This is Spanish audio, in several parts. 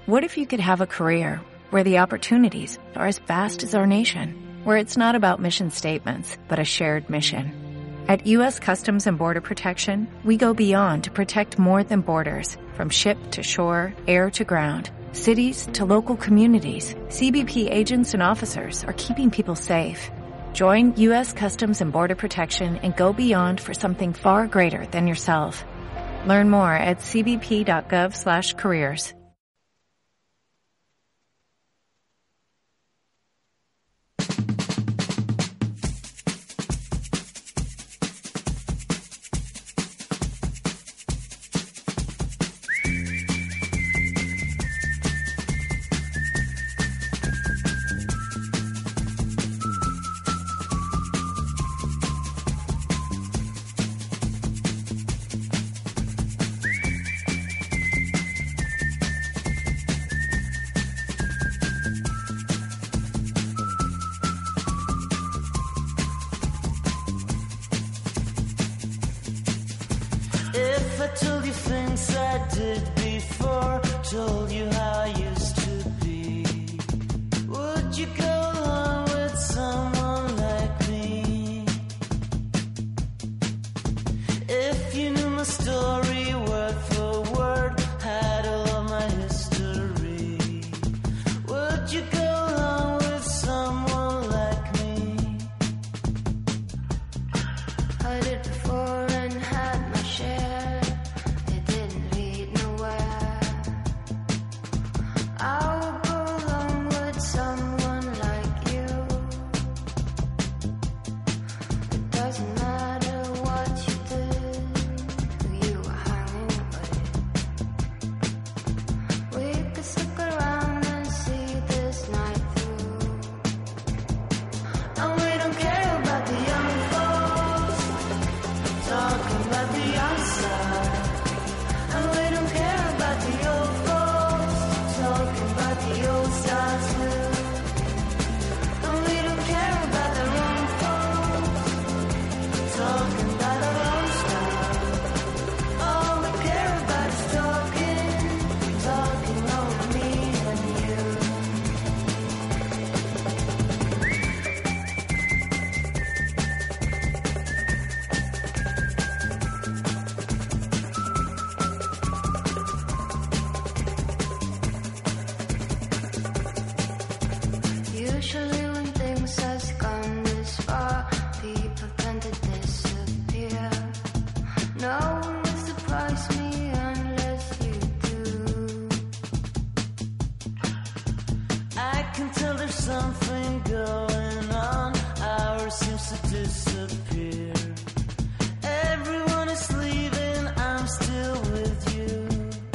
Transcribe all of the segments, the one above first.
What if you could have a career where the opportunities are as vast as our nation, where it's not about mission statements, but a shared mission? At U.S. Customs and Border Protection, we go beyond to protect more than borders. From ship to shore, air to ground, cities to local communities, CBP agents and officers are keeping people safe. Join U.S. Customs and Border Protection and go beyond for something far greater than yourself. Learn more at cbp.gov/careers. If I told you things I did before, told you how I used to be, would you go along with someone like me? If you knew my story word for word, had all of my history, would you go along with someone like me? I did before and had my share. It didn't lead nowhere. I would go along with someone like you. It doesn't matter what you did, who you were hanging with. We could stick around and see this night through. And we don't care about the young folks talking about the outside, and we don't care about the old folks talking about the old style too, and we don't care about the wrong folks talking about our own style. All we care about is talking, talking over me and you. Usually when things has gone this far, people tend to disappear. No one will surprise me unless you do. I can tell there's something going on. Ours seems to disappear. Everyone is leaving, I'm still with you.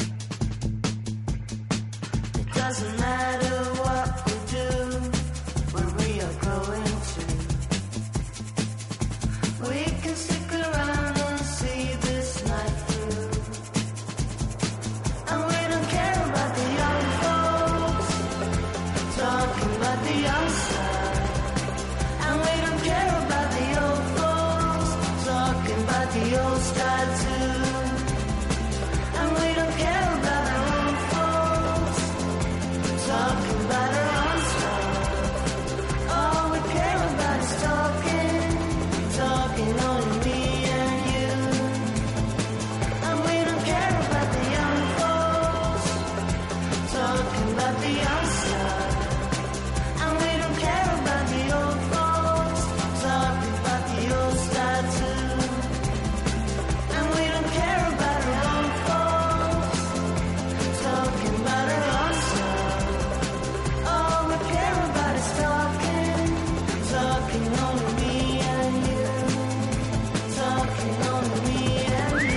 It doesn't matter what we do, where we are going to. We can stick around and see this night through. And we don't care about the young folks talking about the outside, and we don't care about the old folks talking about the old style too, and we don't care about our own folks talking about our own style. All we care about is talking, talking only me and you, and we don't care about the young folks talking about the outside, and we don't care about the old folks talking about the old style too, and we don't care about our own folks talking about our own style. All we care about is talking, talking only me and you, talking only me and you.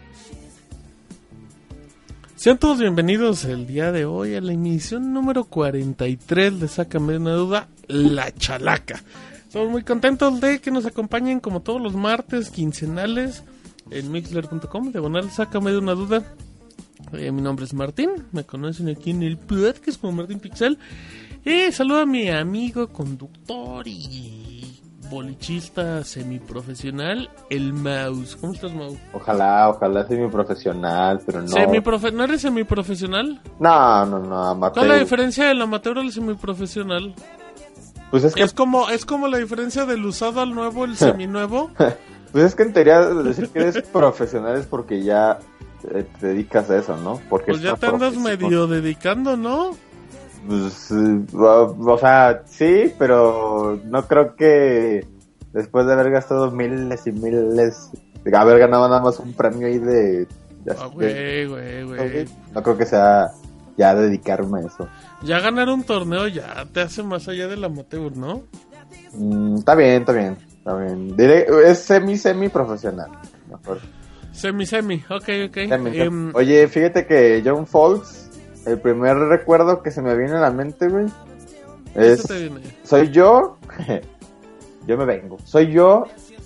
Sean todos bienvenidos el día de hoy a la emisión número 43 de Sácame de una Duda, La Chalaca. Estamos muy contentos de que nos acompañen como todos los martes quincenales en mixler.com, diagonal Sácame de una Duda. Mi nombre es Martín, me conocen aquí en el podcast como Martín Pixel. Saludo a mi amigo conductor y bolichista semiprofesional, el Mouse. ¿Cómo estás, Mouse? Ojalá semiprofesional, pero no. ¿No eres semiprofesional? No, amateur. ¿Cuál es la diferencia del amateur al semiprofesional? Pues es que... Es como la diferencia del usado al nuevo, el seminuevo. Pues es que en teoría decir que eres profesional es porque ya te dedicas a eso, ¿no? Porque Pues ya te andas medio dedicando, ¿no? Pues, o sea, sí, pero no creo que después de haber gastado miles y miles, de haber ganado nada más un premio ahí de Güey. no creo que sea ya dedicarme a eso. Ya ganar un torneo ya te hace más allá del amateur, ¿no? Está bien. Diré, es semi profesional, mejor. Semi, ok. Oye, fíjate que John Folks, el primer recuerdo que se me viene a la mente, güey, soy yo me vengo, soy yo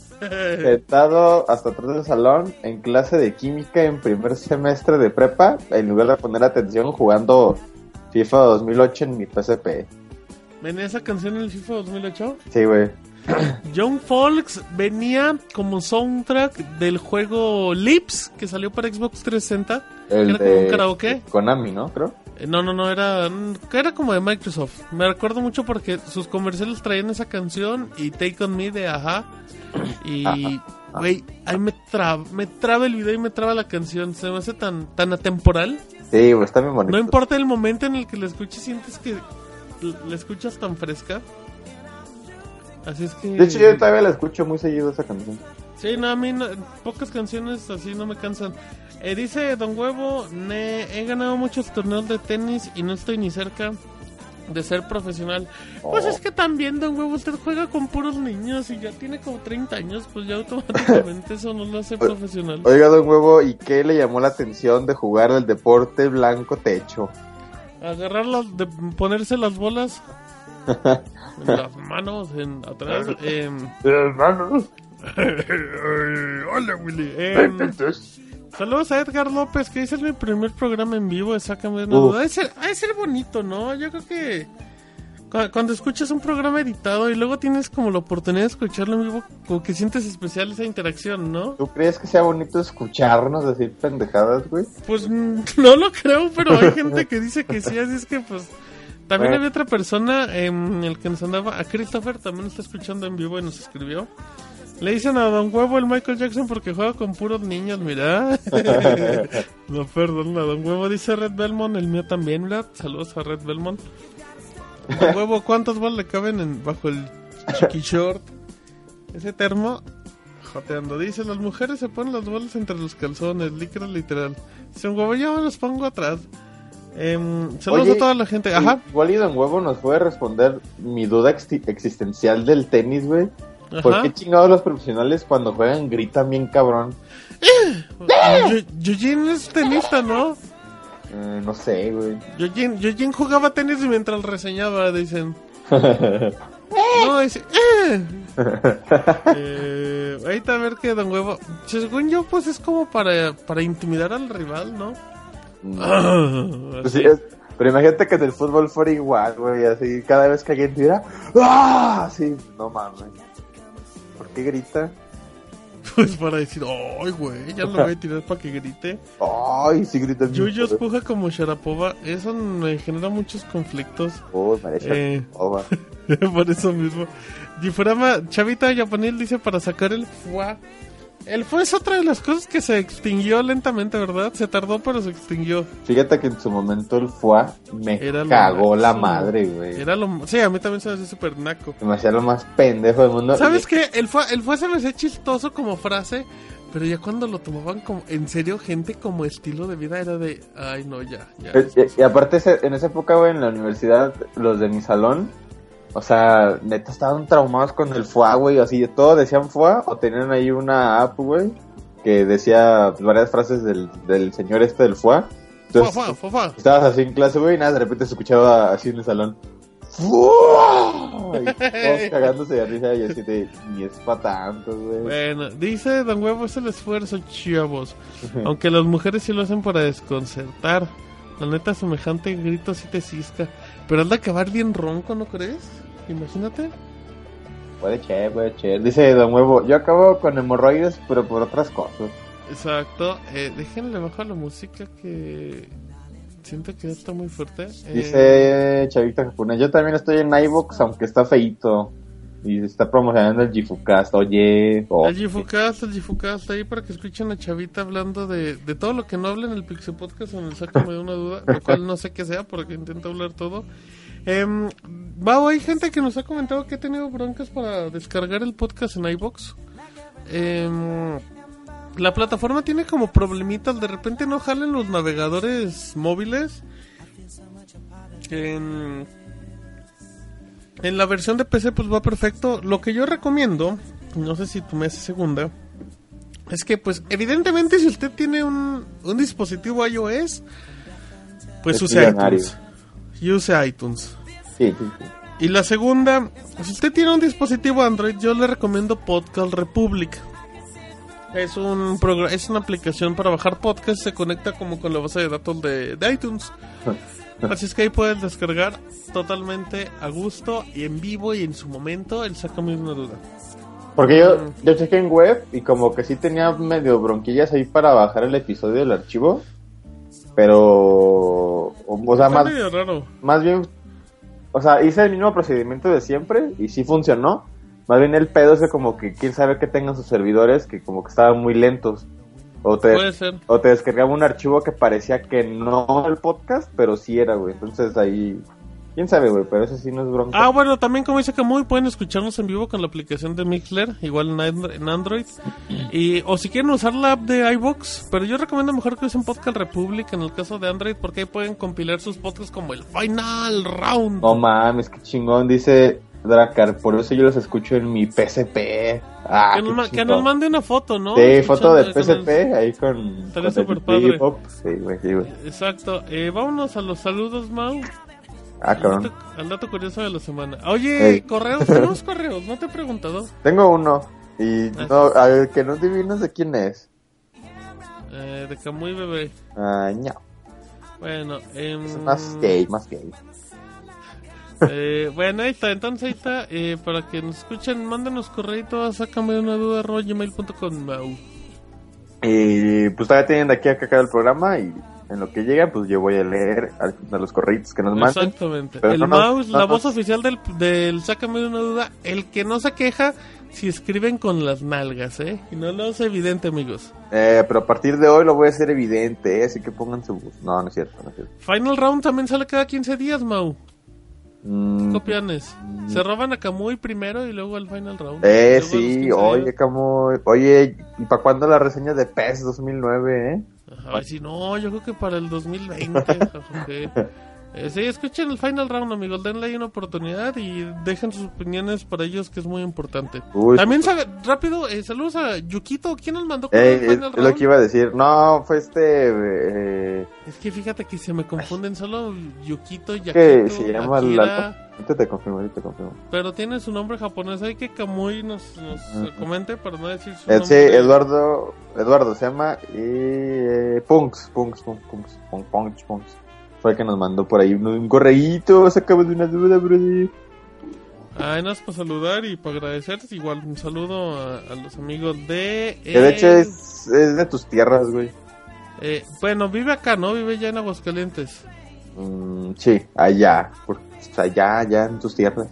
sentado hasta atrás del salón en clase de química en primer semestre de prepa, en lugar de poner atención jugando FIFA 2008 en mi PSP. ¿Venía esa canción en el FIFA 2008? Sí, güey. Young Folks venía como soundtrack del juego Lips, que salió para Xbox 360. El era como un karaoke. Konami, ¿no? Creo. No, era como de Microsoft. Me recuerdo mucho porque sus comerciales traían esa canción y Take On Me de Ajá. Y, güey, ahí me traba el video y me traba la canción. Se me hace tan atemporal. Sí, güey, está bien bonito. No importa el momento en el que la escuches, sientes que la escuchas tan fresca. Así es que... De hecho, yo todavía la escucho muy seguido esa canción. Sí, no, a mí pocas canciones así no me cansan. Dice Don Huevo, he ganado muchos torneos de tenis y no estoy ni cerca de ser profesional. Pues es que también, Don Huevo, usted juega con puros niños y ya tiene como 30 años, pues ya automáticamente eso no lo hace profesional. Oiga, Don Huevo, ¿y qué le llamó la atención de jugar el deporte blanco techo? De ponerse las bolas en las manos, atrás. Las manos. Hola, Willy. Saludos a Edgar López, que dice: es mi primer programa en vivo, sácame de una duda. Ha de ser bonito, ¿no? Yo creo que cuando escuchas un programa editado y luego tienes como la oportunidad de escucharlo en vivo, como que sientes especial esa interacción, ¿no? ¿Tú crees que sea bonito escucharnos decir pendejadas, güey? Pues no lo creo, pero hay gente que dice que sí, así es que pues... También había otra persona, el que nos andaba, a Christopher, también está escuchando en vivo y nos escribió. Le dicen a Don Huevo el Michael Jackson porque juega con puros niños, mira. No, perdón, a Don Huevo dice Red Belmont, el mío también, mira. Saludos a Red Belmont. Don Huevo, ¿cuántas bolas le caben bajo el chiqui short? Ese termo, joteando, dice, las mujeres se ponen las bolas entre los calzones, licra literal. Dice Don Huevo, yo me los pongo atrás. Saludos a toda la gente. Ajá. Igual y Don Huevo nos puede responder mi duda existencial del tenis, güey. ¿Por qué chingados los profesionales cuando juegan gritan bien cabrón? Yujin es tenista, ¿no? No sé, güey. Yujin jugaba tenis mientras reseñaba, dicen. No, dice... ahorita a ver qué, Don Huevo. Según yo, pues es como para intimidar al rival, ¿no? Pues sí, pero imagínate que en el fútbol fuera igual, güey, así cada vez que alguien tira, ¡ah! Así, no mames. ¿Por qué grita? Pues para decir, ¡ay, güey! Ya lo voy a tirar para que grite. ¡Ay, sí grita! Yuyo puja como Sharapova. Eso me genera muchos conflictos. Sharapova. Por eso mismo. Difurama, Chavita Yaponil dice para sacar el fuá. El fuá es otra de las cosas que se extinguió lentamente, ¿verdad? Se tardó, pero se extinguió. Fíjate que en su momento el fuá me cagó la madre, güey. Sí, a mí también se me hace súper naco. Demasiado lo más pendejo del mundo. ¿Sabes qué? El fuá se me hace chistoso como frase, pero ya cuando lo tomaban como en serio, gente como estilo de vida era de... Ay, no, ya. Y aparte, en esa época, güey, en la universidad, los de mi salón... O sea, neta estaban traumados con el FUA, güey. Así, todos decían FUA o tenían ahí una app, güey. que decía varias frases del señor del FUA. Entonces, estabas así en clase, güey, y nada, de repente se escuchaba así en el salón. ¡Fua! Y todos cagándose de risa y así de, ni es pa' tanto, güey. Bueno, dice Don Huevo, es el esfuerzo, chavos. Aunque las mujeres sí lo hacen para desconcertar. La neta, semejante grito sí te cisca. Pero has de acabar bien ronco, ¿no crees? Imagínate. Puede ser. Dice Don Huevo, yo acabo con hemorroides, pero por otras cosas. Exacto. Déjenle bajar la música que siento que está muy fuerte. Dice Chavita Japuna, yo también estoy en iVoox, aunque está feíto. Y se está promocionando el Gifukast, oye. El Gifukast, ahí para que escuchen a Chavita hablando de todo lo que no habla en el Pixel Podcast, en el Sácame de una Duda, lo cual no sé qué sea, porque intento hablar todo. Hay gente que nos ha comentado que ha tenido broncas para descargar el podcast en iVoox. La plataforma tiene como problemitas, de repente no jalan los navegadores móviles. En la versión de PC pues va perfecto. Lo que yo recomiendo, no sé si tú me haces segunda, es que pues evidentemente si usted tiene un dispositivo iOS, pues use iTunes. Use iTunes. Sí. Y la segunda, si usted tiene un dispositivo Android, yo le recomiendo Podcast Republic. Es una aplicación para bajar podcasts, se conecta como con la base de datos de iTunes. Así es que ahí puedes descargar totalmente a gusto y en vivo y en su momento el Sácame una Duda. Porque yo chequé en web y como que sí tenía medio bronquillas ahí para bajar el episodio del archivo. Pero, o sea, medio raro. Más bien, o sea, hice el mismo procedimiento de siempre y sí funcionó. Más bien el pedo es que como que quién sabe que tengan sus servidores que como que estaban muy lentos. Puede ser. O te descargaba un archivo que parecía que no el podcast, pero sí era, güey. Entonces ahí, quién sabe, güey, pero eso sí no es bronca. Bueno, también como dice Camuy, pueden escucharnos en vivo con la aplicación de Mixler, igual en Android. O si quieren usar la app de iVoox, pero yo recomiendo mejor que usen Podcast Republic en el caso de Android, porque ahí pueden compilar sus podcasts como el Final Round. No mames, qué chingón, dice Dracar, por eso yo los escucho en mi PSP. Que nos mande una foto, ¿no? Sí, foto de PSP, ahí con super padre. Sí, güey. Exacto, vámonos a los saludos, Mau. Cabrón. Al dato curioso de la semana. Oye, correos, tenemos correos, ¿no te he preguntado? Tengo uno, y a ver, que no adivinas de quién es. De Camuy Bebé. No. Bueno, es más gay. Bueno, ahí está, para que nos escuchen, mándenos correito a sácame una duda @gmail.com. Pues todavía tienen de aquí a que acabe el programa y en lo que llega pues yo voy a leer a los correitos que nos manden. Exactamente. El mouse, la voz oficial del sácame una duda, el que no se queja si escriben con las nalgas, y no lo hace evidente, amigos. Pero a partir de hoy lo voy a hacer evidente, así que pongan su voz. No es cierto. Final Round también sale cada 15 días, Mau. Copianes. Se roban a Camuy primero y luego el Final Round. Sí, oye, Camuy. Oye, ¿y para cuándo la reseña de PES 2009, Ajá, si no, yo creo que para el 2020. Okay. Sí, escuchen el Final Round, amigos. Denle ahí una oportunidad y dejen sus opiniones para ellos, que es muy importante. También, rápido, saludos a Yukito. ¿Quién nos mandó con el Final Round? Es lo que iba a decir. No, fue Es que fíjate que se me confunden solo Yukito y Yakito. Que se llama Akira. Ahorita te confirmo. Pero tiene su nombre japonés. Hay que Camuy nos comente para no decir su nombre. Sí, Eduardo se llama. Y Punks. Fue el que nos mandó por ahí un correíto. Sacamos de una duda, brother. Nada más para saludar y para agradecer. Igual un saludo a los amigos de... Que de hecho es de tus tierras, güey. Bueno, vive acá, ¿no? Vive ya en Aguascalientes. Sí, allá. Allá en tus tierras.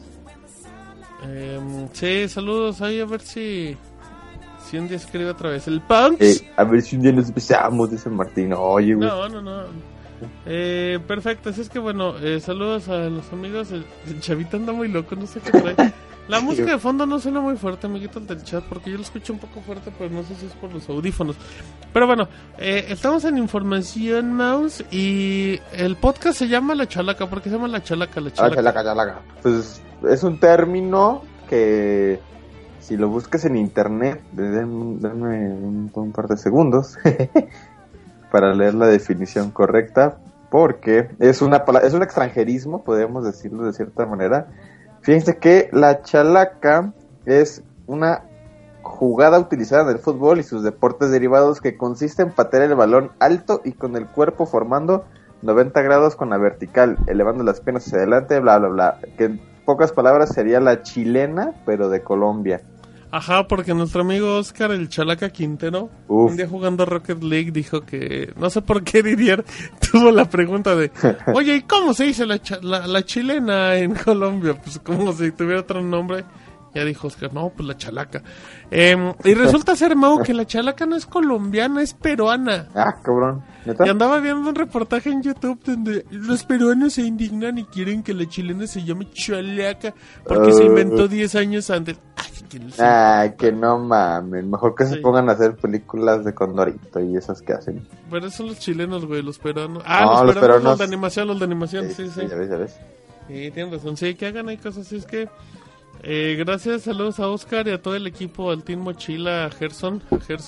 Sí, saludos ahí, a ver si un día escribe otra vez. El Punks. A ver si un día nos besamos, dice Martín. Oye, güey. No. Perfecto, así es que bueno, saludos a los amigos. El chavita anda muy loco, no sé qué trae. La música de fondo no suena muy fuerte, amiguitos del chat, porque yo lo escucho un poco fuerte, pero no sé si es por los audífonos. Pero bueno, estamos en Información Mouse y el podcast se llama La Chalaca. ¿Por qué se llama La Chalaca? La Chalaca. Pues es un término que si lo buscas en internet, denme un par de segundos para leer la definición correcta, porque es un extranjerismo, podríamos decirlo de cierta manera. Fíjense que la chalaca es una jugada utilizada en el fútbol y sus deportes derivados que consiste en patear el balón alto y con el cuerpo formando 90 grados con la vertical, elevando las piernas hacia adelante, bla, bla, bla. Que en pocas palabras sería la chilena, pero de Colombia. Ajá, porque nuestro amigo Oscar, el Chalaca Quintero, un día jugando Rocket League dijo que, no sé por qué Didier tuvo la pregunta de, oye, ¿y cómo se dice la chilena en Colombia? Pues como si tuviera otro nombre. Ya dijo Oscar, no, pues la chalaca. Y resulta ser, Mau, que la chalaca no es colombiana, es peruana. Ah, cabrón. ¿Neta? Y andaba viendo un reportaje en YouTube donde los peruanos se indignan y quieren que la chilena se llame chalaca porque se inventó 10 años antes. Ay, que no mames. Mejor que se pongan a hacer películas de Condorito y esas que hacen. Pero son los chilenos, güey, los peruanos. No, los peruanos. Los de animación, sí. Ya ves. Sí, tienen razón. Sí, que hagan ahí cosas así. Es que... gracias, saludos a Oscar y a todo el equipo, al Team Mochila, a Gerson,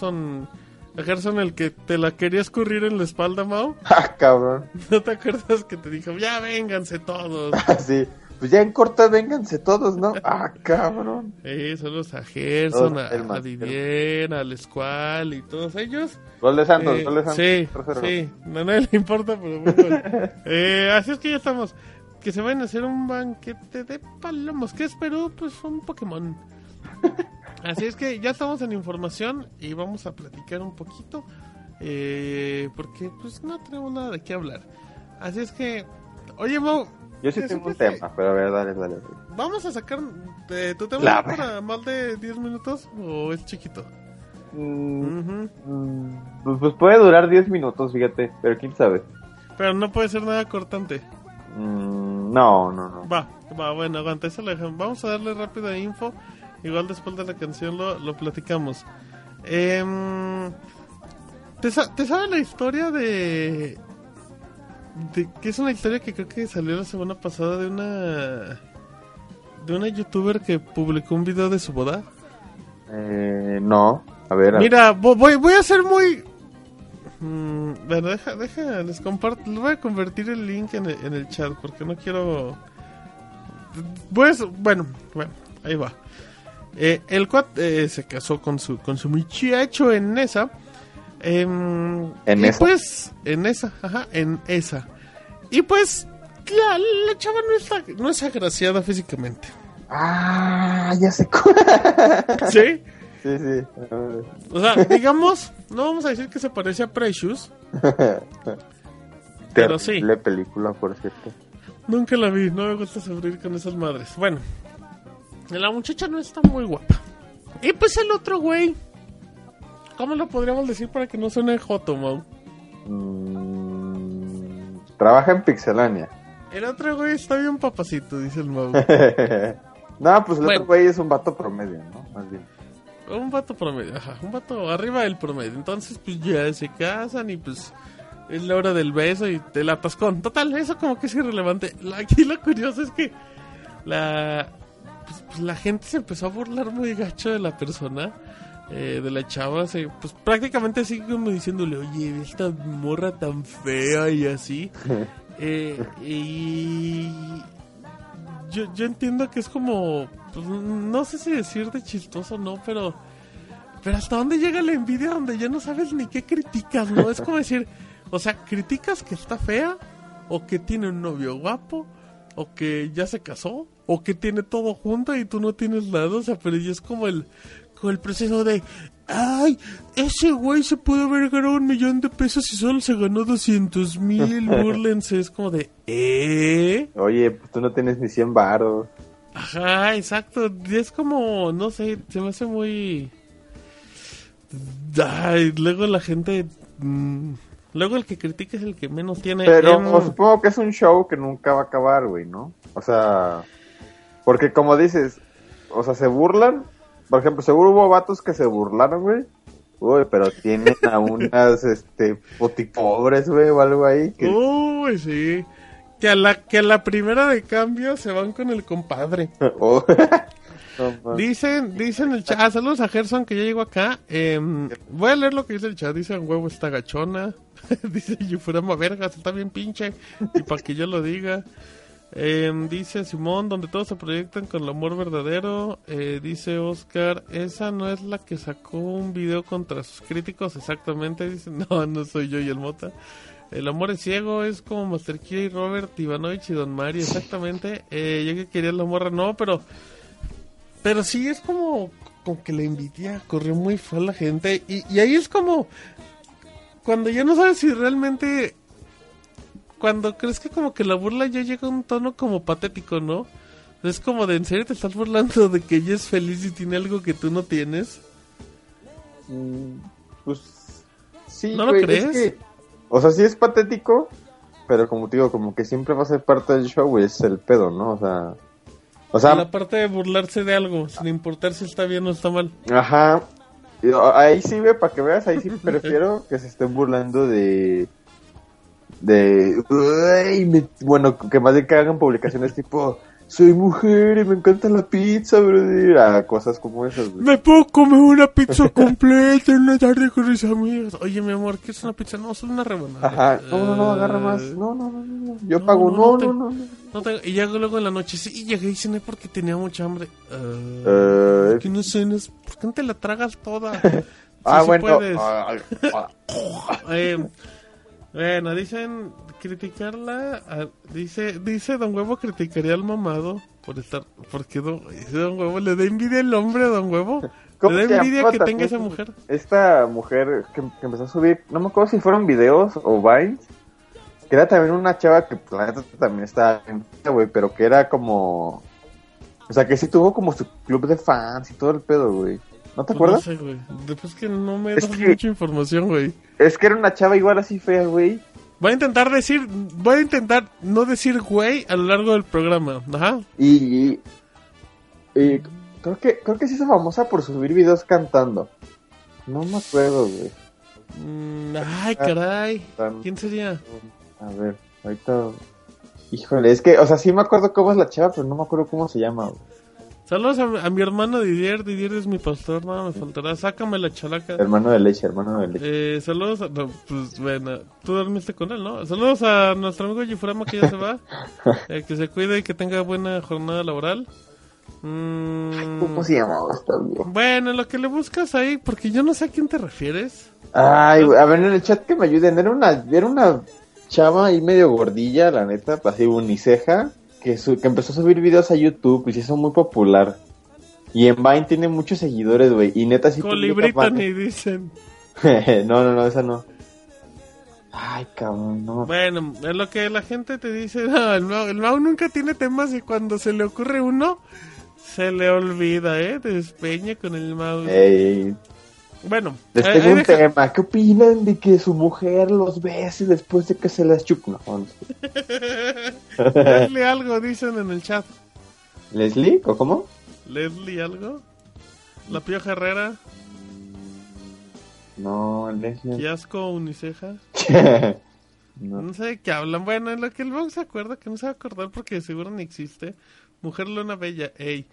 el que te la quería escurrir en la espalda, Mau. Ah, cabrón. ¿No te acuerdas que te dijo, ya vénganse todos? Sí, pues ya en corta vénganse todos, ¿no? Ah, cabrón. Saludos a Gerson, a Didier, al Escual y todos ellos. Gol de Santos. Sí, no le importa, pero bueno. Así es que ya estamos. Que se vayan a hacer un banquete de palomos. ¿Qué es Perú? Pues un Pokémon. Así es que ya estamos en información y vamos a platicar un poquito. Porque pues no tenemos nada de qué hablar. Así es que, oye, Mau. Yo sí tengo un tema, pero a ver, dale. ¿Vamos a sacar tu tema para más de 10 minutos o es chiquito? Pues puede durar 10 minutos, fíjate, pero quién sabe. Pero no puede ser nada cortante. No. Va, bueno, aguanta, eso lo dejamos. Vamos a darle rápida info. Igual después de la canción lo platicamos. ¿Te sabes la historia de que es una historia que creo que salió la semana pasada de una youtuber que publicó un video de su boda? No, a ver. Mira, voy a ser muy... Bueno, deja, les comparto. Les voy a convertir el link en el chat porque no quiero. Bueno, ahí va. El cuate se casó con su muchacho en esa. ¿En esa? Pues, en esa. Y pues, la chava no es agraciada físicamente. Ah, ya sé. ¿Sí? Sí. O sea, digamos, no vamos a decir que se parece a Precious. Pero sí. La película, por cierto. Nunca la vi, no me gusta sufrir con esas madres. Bueno, la muchacha no está muy guapa. Y pues el otro güey, ¿cómo lo podríamos decir para que no suene joto, Mau? Trabaja en Pixelania. El otro güey está bien papacito, dice el Mau. No, pues el otro güey es un vato promedio, ¿no? Más bien. Un vato promedio, un vato arriba del promedio. Entonces, pues ya se casan y pues es la hora del beso y del atascón. Total, eso como que es irrelevante. Aquí lo curioso es que la gente se empezó a burlar muy gacho de la persona, de la chava. Pues prácticamente así como diciéndole, oye, esta morra tan fea y así. Y yo entiendo que es como... Pues, no sé si decir de chistoso o no, pero hasta dónde llega la envidia donde ya no sabes ni qué criticas, ¿no? Es como decir, o sea, criticas que está fea, o que tiene un novio guapo, o que ya se casó, o que tiene todo junto y tú no tienes nada, o sea, pero ya es como el proceso de, ay, ese güey se pudo haber ganado $1,000,000 y solo se ganó 200,000, búrlense, es como de, Oye, pues tú no tienes ni 100 varos. Ajá, exacto. Y es como, no sé, se me hace muy... Ay, luego la gente... Luego el que critica es el que menos tiene... Pero supongo que es un show que nunca va a acabar, güey, ¿no? O sea... Porque como dices... O sea, se burlan... Por ejemplo, seguro hubo vatos que se burlaron, güey. Uy, pero tienen a unas, potipobres, güey, o algo ahí. Uy, sí... Que a la primera de cambio se van con el compadre. Dicen el chat, saludos a Gerson que ya llegó acá. Voy a leer lo que dice el chat. Dice, huevo está gachona. Dice, Yufurama, vergas, está bien pinche. Y para que yo lo diga. Dice Simón, donde todos se proyectan con el amor verdadero. Dice Oscar, esa no es la que sacó un video contra sus críticos. Exactamente, dice, no soy yo y el Mota. El amor es ciego, es como Master Key, Robert Ivanovich y Don Mario, exactamente. Yo que quería la morra, no, pero sí es como que la envidia corrió muy feo a la gente. Y ahí es como cuando ya no sabes si realmente, cuando crees que como que la burla ya llega a un tono como patético, ¿no? Es como de, ¿en serio te estás burlando de que ella es feliz y tiene algo que tú no tienes? Pues sí, ¿No lo crees? Es que, o sea, sí es patético, pero como te digo, como que siempre va a ser parte del show, es el pedo, ¿no? O sea, la parte de burlarse de algo, sin importar si está bien o está mal. Ajá. Ahí sí, ve, para que veas, ahí sí prefiero que se estén burlando bueno, que más de que hagan publicaciones tipo, soy mujer y me encanta la pizza, brother, a cosas como esas, güey. Me puedo comer una pizza completa en una tarde con mis amigos. Oye, mi amor, ¿qué es una pizza? No, es una rebanada. Ajá, no, agarra más. No, yo pago, no. Y ya luego en la noche, sí, llegué y cené porque tenía mucha hambre. ¿Por qué no cenas? ¿Por qué no te la tragas toda? Sí, bueno. puedes. Bueno, dicen criticarla. Dice Don Huevo criticaría al mamado por estar. Porque dice Don Huevo le da envidia el hombre a Don Huevo. Le da envidia que tenga esa mujer. Esta mujer que empezó a subir, no me acuerdo si fueron videos o Vines, que era también una chava que la neta también estaba en güey, pero que era como, o sea, que sí tuvo como su club de fans y todo el pedo, güey. ¿No te acuerdas? No sé, güey. Después que no me das mucha información, güey. Es que era una chava igual así fea, güey. Voy a intentar no decir güey a lo largo del programa. Ajá. Y creo que se hizo famosa por subir videos cantando. No me acuerdo, güey. Ay, caray. ¿Quién sería? A ver, ahorita. Híjole, es que, o sea, sí me acuerdo cómo es la chava, pero no me acuerdo cómo se llama, güey. Saludos a mi hermano Didier es mi pastor, nada me faltará, sácame la chalaca. Hermano de leche. Saludos pues bueno, tú dormiste con él, ¿no? Saludos a nuestro amigo Yufurama que ya se va, que se cuide y que tenga buena jornada laboral. ¿Cómo se llamaba esta bien? Bueno, lo que le buscas ahí, porque yo no sé a quién te refieres. Ay, a ver, en el chat que me ayuden, era una chava ahí medio gordilla, la neta, así uniceja. Que empezó a subir videos a YouTube y se hizo muy popular. Y en Vine tiene muchos seguidores, güey. Y neta sí. Colibrita ni dicen. No, esa no. Ay, cabrón, no. Bueno, es lo que la gente te dice. No, el Mau nunca tiene temas y cuando se le ocurre uno, se le olvida, Te despeña con el Mau. Ey. Bueno, les tengo un tema. ¿Qué opinan de que su mujer los bese después de que se las chupa? No. Leslie algo dicen en el chat. ¿Leslie? ¿O cómo? ¿Leslie algo? ¿La Pioja Herrera? No, Leslie. ¿Kiasco Uniceja? No sé de qué hablan. Bueno, en lo que el Mau se acuerda, que no se va a acordar porque seguro ni existe. Mujer Luna Bella, ey.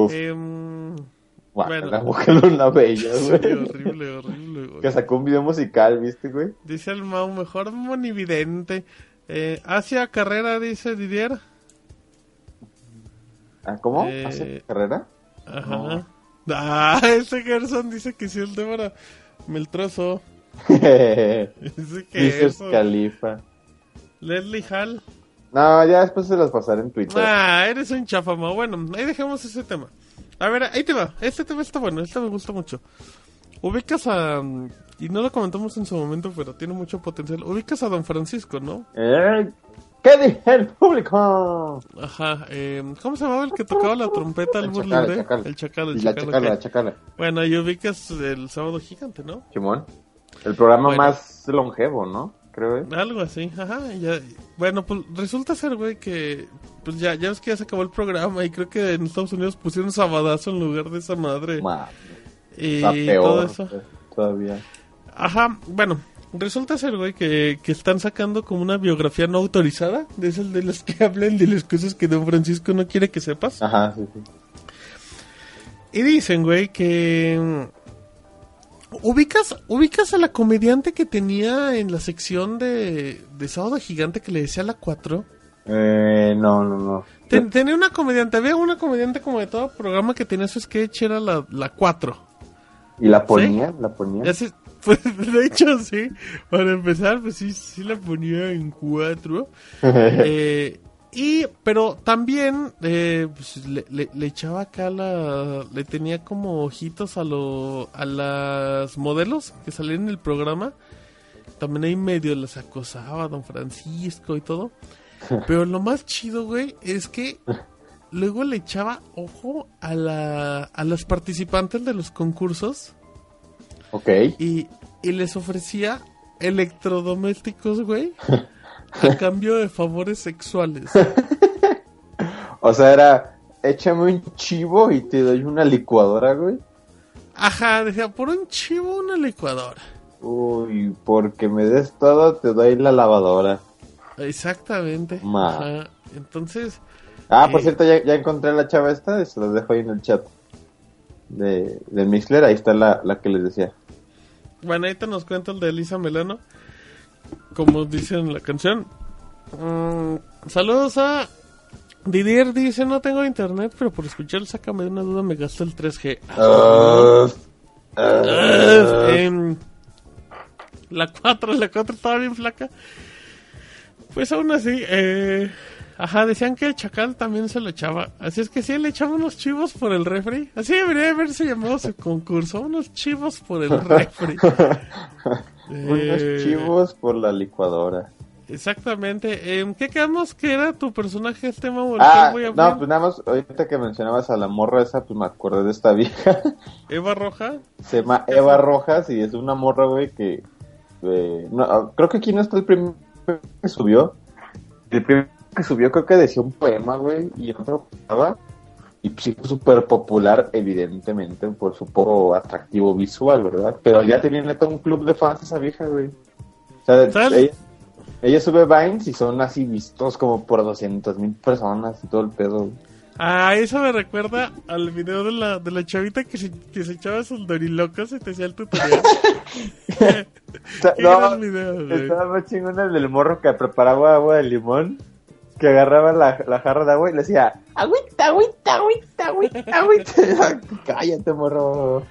Bueno, la mujer Luna Bella, güey. Sí, horrible, güey. Que sacó un video musical, ¿viste, güey? Dice el Mau, mejor monividente. Hacia Carrera, dice Didier. ¿Cómo? ¿Hacia Carrera? Ajá. Ese Gerson dice que sí, el Débora Meltroso. Dice que es Califa. Leslie Hall. No, ya después se las pasaré en Twitter. Eres un chafama. Bueno, ahí dejamos ese tema. A ver, ahí te va. Este tema está bueno, este me gusta mucho. Ubicas a... Y no lo comentamos en su momento, pero tiene mucho potencial. Ubicas a Don Francisco, ¿no? ¿Qué dije el público? Ajá. ¿Cómo se llamaba el que tocaba la trompeta al burlinde? El Chacal. La Chacala. Bueno, y ubicas el Sábado Gigante, ¿no? Simón. El programa más longevo, ¿no? Creo, Algo así, ajá. Bueno, pues resulta ser, güey, que... Pues ya ves que ya se acabó el programa y creo que en Estados Unidos pusieron Sabadazo en lugar de esa madre. Y peor, todo eso. Todavía. Ajá, bueno, resulta ser, güey, que están sacando como una biografía no autorizada. De esas de las que hablan de las cosas que Don Francisco no quiere que sepas. Ajá, sí. Y dicen, güey, que... ¿Ubicas a la comediante que tenía en la sección de Sábado Gigante que le decía la 4? No. Tenía una comediante, había una comediante como de todo programa que tenía su sketch, era la 4. ¿Y la ponía? ¿Sí? ¿La ponía? Ya sé, pues, de hecho, sí. Para empezar, pues sí la ponía en 4. Pero también pues, le echaba acá le tenía como ojitos a las modelos que salían en el programa. También ahí medio las acosaba Don Francisco y todo. Pero lo más chido, güey, es que luego le echaba ojo a las participantes de los concursos. Ok. Y les ofrecía electrodomésticos, güey, a cambio de favores sexuales. O sea, era, échame un chivo y te doy una licuadora, güey. Ajá, decía, por un chivo una licuadora. Uy, porque me des todo, te doy la lavadora. Exactamente. Ajá. Entonces... por cierto, ya encontré la chava esta, se las dejo ahí en el chat del Mixler, ahí está la que les decía. Bueno, ahorita nos cuenta el de Elisa Melano, como dice en la canción. Saludos a Didier, dice, no tengo internet, pero por escuchar sácame de una duda, me gasto el 3G. La 4 estaba bien flaca. Pues aún así, decían que el Chacal también se lo echaba. Así es que sí, le echaba unos chivos por el refri. Así debería haberse llamado su concurso, unos chivos por el refri. Unos chivos por la licuadora. Exactamente. ¿Qué quedamos? ¿Qué era tu personaje, este tema? Pues nada más, ahorita que mencionabas a la morra esa, pues me acordé de esta vieja. ¿Eva Roja? Se llama Eva Rojas y es una morra, güey, que... creo que aquí no está el primero que subió. El primero que subió creo que decía un poema, güey, y otro estaba. Y pues sí fue súper popular, evidentemente, por su poco atractivo visual, ¿verdad? Pero ya tenía neta un club de fans esa vieja, güey. O sea, ella sube Vines y son así vistos como por 200,000 personas y todo el pedo, güey. Eso me recuerda al video de la chavita que se echaba sus dorilocos y te hacía el tutorial. Estaba más chingona el del morro que preparaba agua de limón, que agarraba la jarra de agua y le decía, agüita. Cállate, morro.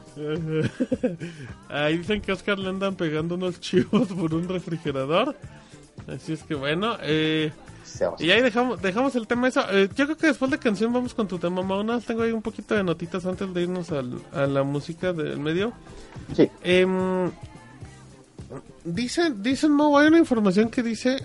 Ahí dicen que a Oscar le andan pegando unos chivos por un refrigerador. Así es que bueno, y ahí dejamos el tema eso. Yo creo que después de canción vamos con tu tema, Mauna. Tengo ahí un poquito de notitas antes de irnos a la música del medio. Sí. Dicen, Mau, hay una información que dice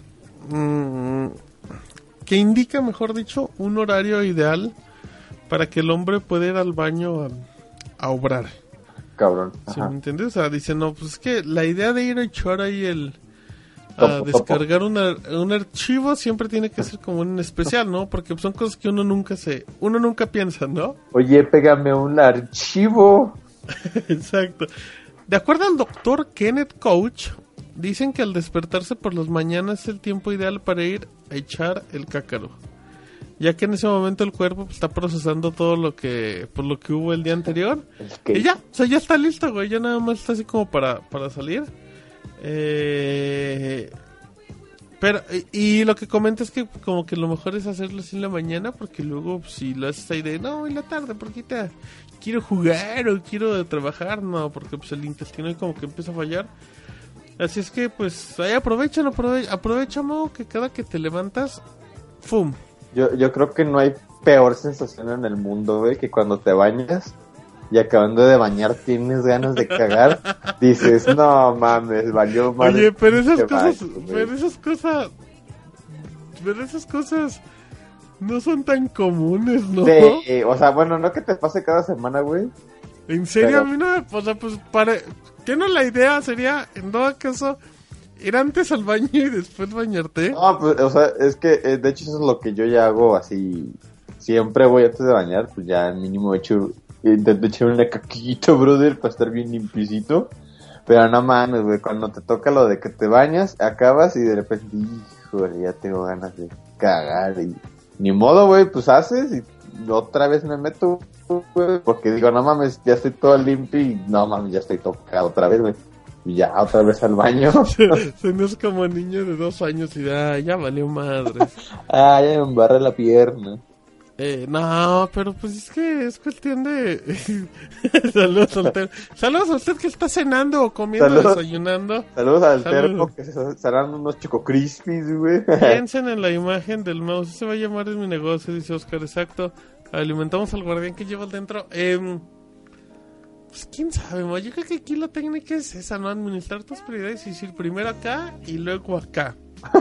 que indica, mejor dicho, un horario ideal para que el hombre pueda ir al baño a obrar. Cabrón. ¿Sí me entiendes? O sea, dice, no, pues es que la idea de ir a echar ahí descargar un archivo siempre tiene que ser como un especial, ¿no? Porque son cosas que uno nunca piensa, ¿no? Oye, pégame un archivo. Exacto. De acuerdo al doctor Kenneth Couch, dicen que al despertarse por las mañanas es el tiempo ideal para ir a echar el cácaro, ya que en ese momento el cuerpo está procesando todo lo que hubo el día anterior. Y ya, o sea, ya está listo, güey, ya nada más está así como para salir. Pero y lo que comenta es que como que lo mejor es hacerlo así en la mañana, porque luego si lo haces ahí de no, en la tarde porque quiero jugar o quiero trabajar, no, porque pues el intestino ahí como que empieza a fallar. Así es que pues ahí aprovecha, Mo, que cada que te levantas, ¡fum! Yo creo que no hay peor sensación en el mundo, güey, que cuando te bañas y acabando de bañar tienes ganas de cagar, dices, no mames, valió madre. Oye, pero esas cosas no son tan comunes, ¿no? Sí, o sea, bueno, no que te pase cada semana, güey. En serio, pero... a mí no me pasa, pues ¿qué no la idea sería, en todo caso, ir antes al baño y después bañarte? No, pues, o sea, es que, de hecho, eso es lo que yo ya hago, así, siempre voy antes de bañar, pues ya mínimo intento echarme un caquito, brother, para estar bien limpiecito, pero no mames, güey, cuando te toca lo de que te bañas, acabas y de repente, híjole, ya tengo ganas de cagar y ni modo, güey, pues haces y otra vez me meto, güey, porque digo, no mames, ya estoy todo limpio y no mames, ya estoy todo cagado otra vez, güey. Y ya, otra vez al baño. Se nos como niño de 2 años y ya valió madre. Ya me embarré la pierna. No, pero pues es que es cuestión de... Saludos a usted. Saludos a usted que está cenando o comiendo, desayunando. Saludos al termo que se serán unos Choco Crispies, güey. Piensen en la imagen del mouse. Se va a llamar en mi negocio, dice Oscar, exacto. Alimentamos al guardián que lleva dentro. Pues quién sabe, yo creo que aquí la técnica es esa, ¿no? Administrar tus prioridades y decir primero acá y luego acá.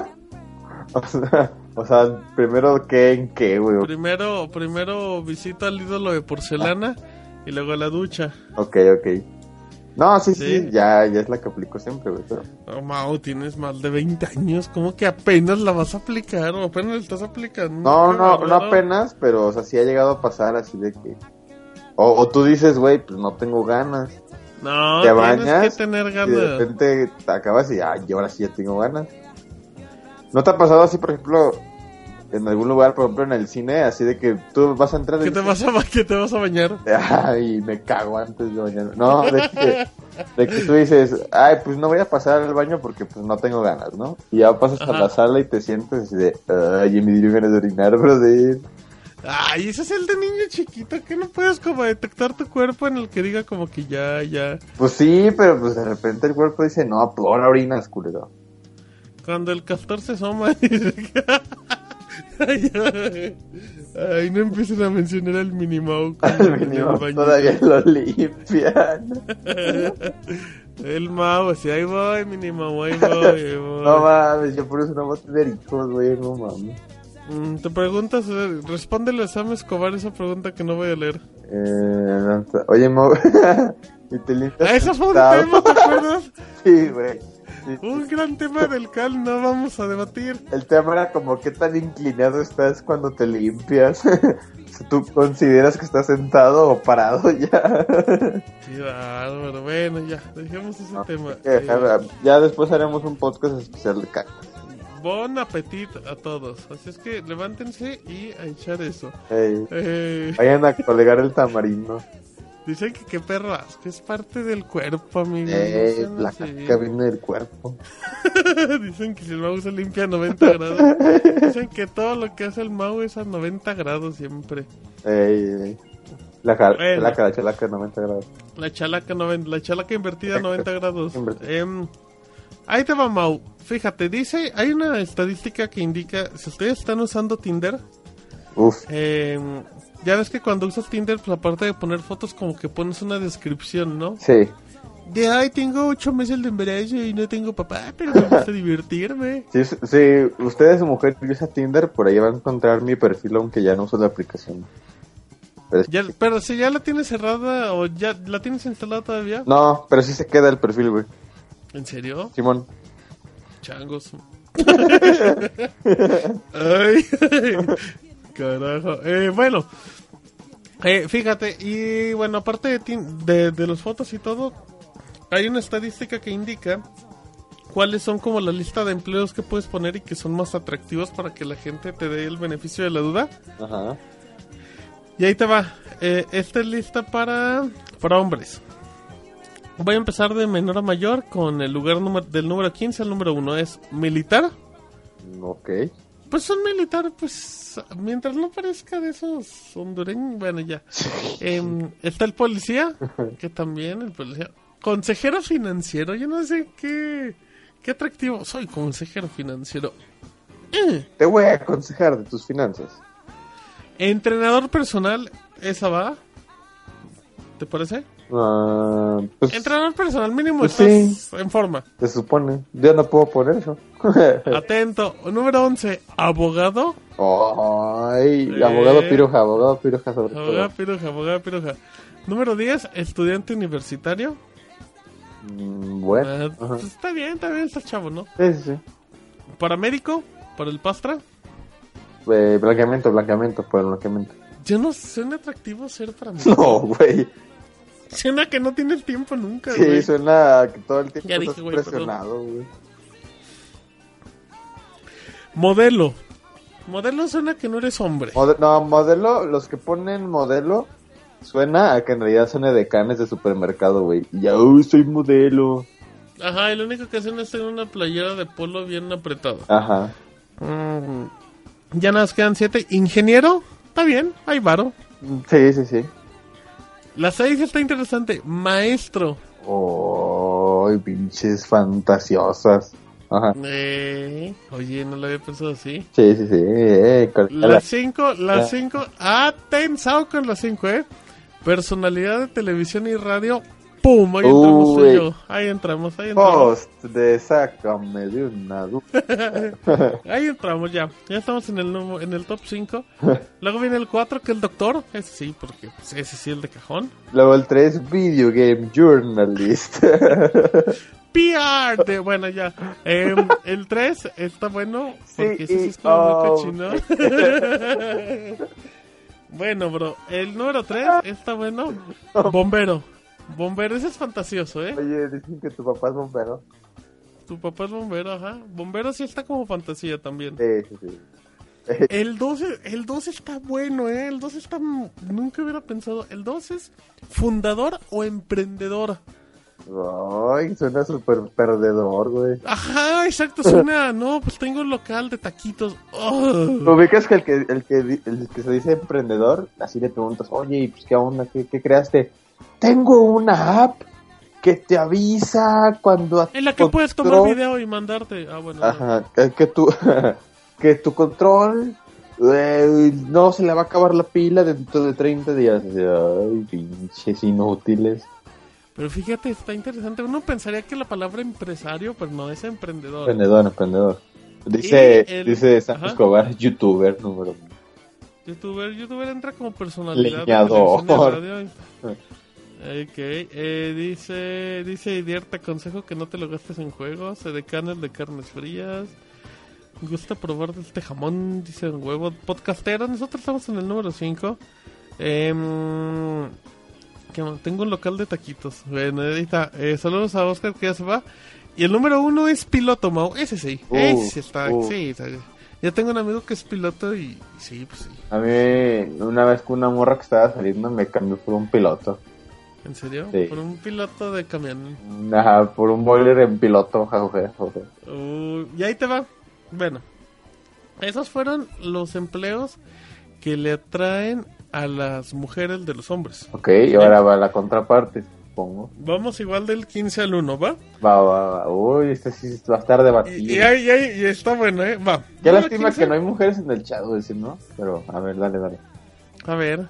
O sea, primero qué en qué, güey. Primero visita al ídolo de porcelana y luego a la ducha. Ok. No, sí, ya es la que aplico siempre, güey. Pero... No, Mau, tienes más de 20 años, ¿cómo que apenas la vas a aplicar o apenas la estás aplicando? No apenas, pero o sea, sí ha llegado a pasar así de que... O tú dices, güey, pues no tengo ganas. No, te tienes bañas, que tener ganas. Y de repente te acabas y ahora sí ya tengo ganas. ¿No te ha pasado así, por ejemplo, en algún lugar, por ejemplo en el cine, así de que tú vas a entrar... ¿Qué te vas a bañar? Ay, me cago antes de bañarme. No, de que tú dices, ay, pues no voy a pasar al baño porque pues no tengo ganas, ¿no? Y ya pasas a la sala y te sientes así de, ay, me dio ganas de orinar, brother. Ay, ese es el de niño chiquito, que no puedes como detectar tu cuerpo en el que diga como que ya. Pues sí, pero pues de repente el cuerpo dice, no, pues ahora orinas, culero. Cuando el castor se asoma y dice que... Ay, no empiecen a mencionar al Minimau. Al Minimau todavía lo limpian. El Mau, así, ahí voy, Minimau, ahí voy. No mames, yo por eso no voy a tener hijos, güey, no mames. Te preguntas, respóndele a Sam Escobar esa pregunta que no voy a leer. Oye, Mau, ¿y te limpias? Ese fue un tema, ¿te acuerdas? Sí, güey. Sí. Un gran tema del cual no vamos a debatir. El tema era como qué tan inclinado estás cuando te limpias. Si tú consideras que estás sentado o parado ya. Sí, bárbaro. Bueno, ya, dejemos ese tema. Ya después haremos un podcast especial de caca. Bon apetito a todos. Así es que levántense y a echar eso. Vayan a colegar el tamarindo. Dicen que qué perras, que es parte del cuerpo, amigo. La caca viene del cuerpo. Dicen que si el Mau se limpia a 90 grados. Dicen que todo lo que hace el Mau es a 90 grados siempre. La chalaca 90 grados. La chalaca invertida a 90 grados. Ahí te va, Mau. Fíjate, dice, hay una estadística que indica, si ustedes están usando Tinder, ya ves que cuando usas Tinder, pues aparte de poner fotos, como que pones una descripción, ¿no? Sí. De, ay, tengo 8 meses de embarazo y no tengo papá, pero me gusta divertirme. Si usted es mujer y usa Tinder, por ahí va a encontrar mi perfil, aunque ya no uso la aplicación. Pero si ya la tienes cerrada o ya la tienes instalada todavía. No, pero sí se queda el perfil, güey. ¿En serio? Simón. Changos. Ay, carajo. Bueno, fíjate, y bueno, aparte de las fotos y todo, hay una estadística que indica cuáles son como la lista de empleos que puedes poner y que son más atractivos para que la gente te dé el beneficio de la duda. Ajá. Y ahí te va. Esta es lista para hombres. Voy a empezar de menor a mayor con el lugar del número 15 al número 1. Es militar. Ok. Pues un militar, pues, mientras no parezca de esos hondureños, bueno, ya. Está el policía, que también, el policía. Consejero financiero, yo no sé qué atractivo. Soy consejero financiero. Te voy a aconsejar de tus finanzas. Entrenador personal, esa va. ¿Te parece? Pues, entrenador personal, mínimo pues estás en forma. Se supone. Yo no puedo poner eso. Atento. Número 11, abogado. Ay, abogado piroja sobre todo. Abogado piroja. Número 10, estudiante universitario. Bueno. Pues está bien, está chavo, ¿no? Sí. Paramédico, para el Pastra. Blanqueamiento, por el blanqueamiento. Yo no suena atractivo ser paramédico. No, güey. Suena que no tienes tiempo nunca, güey. Sí, suena que todo el tiempo ya estás presionado, güey. Modelo. Modelo suena que no eres hombre. Modelo, los que ponen modelo, suena a que en realidad son edecanes de supermercado, güey. Y ya, soy modelo. Ajá, y lo único que hacen es tener una playera de polo bien apretada. Ajá. Ya nos quedan 7. Ingeniero, está bien, hay varo. Sí. La 6 está interesante. Maestro. Oh, pinches fantasiosas. Ajá. Oye, no lo había pensado así. Sí. La 5, atensado con la 5, Personalidad de televisión y radio. ¡Pum! Ahí entramos tú y yo. Ahí entramos. Host de Sácame de una duda. Ahí entramos ya. Ya estamos en el top 5. Luego viene el 4, que es el doctor. Ese sí, porque pues, ese sí es el de cajón. Luego el 3, Video Game Journalist. PR. Bueno, ya. El 3 está bueno. Porque ese sí es como muy cochino. Bueno, bro. El número 3 está bueno. Bombero. Bombero, ese es fantasioso, Oye, dicen que tu papá es bombero. Tu papá es bombero, ajá. Bombero sí está como fantasía también. Sí. El 2 está bueno, El 2 está... Nunca hubiera pensado. El 2 es fundador o emprendedor. Ay, suena súper perdedor, güey. Ajá, exacto, suena... No, pues tengo un local de taquitos. ¿Ubicas que el que se dice emprendedor, así le preguntas, oye, pues qué onda, qué creaste? Tengo una app que te avisa cuando... En la que puedes tomar video y mandarte... Ah, bueno. Ajá, que tu control no se le va a acabar la pila dentro de 30 días. Ay, pinches inútiles. Pero fíjate, está interesante. Uno pensaría que la palabra empresario, pero no, es emprendedor. Emprendedor. Dice San Escobar, youtuber número 1. YouTuber entra como personalidad. Leñador. Ok, dice Idier, te aconsejo que no te lo gastes en juegos. Edecanes de carnes frías. Gusta probar de este jamón, dice un huevo. Podcastero, nosotros estamos en el número 5. Tengo un local de taquitos. Bueno, ahí está. Saludos a Oscar, que ya se va. Y el número 1 es piloto, Mau. Ese sí. Ese está. Sí, ya tengo un amigo que es piloto y sí, pues sí. A mí, una vez con una morra que estaba saliendo, me cambió por un piloto. ¿En serio? Sí. Por un piloto de camión. Ajá, por un boiler en piloto, jajaja. Y ahí te va. Bueno, esos fueron los empleos que le atraen a las mujeres de los hombres. Ok, y ahora va la contraparte, supongo. Vamos igual del 15 al 1, ¿va? Va. Uy, este sí va a estar debatido. Y ahí está bueno, Va. Qué lástima 15. Que no hay mujeres en el chat, decir, ¿no? Pero, a ver, dale. A ver.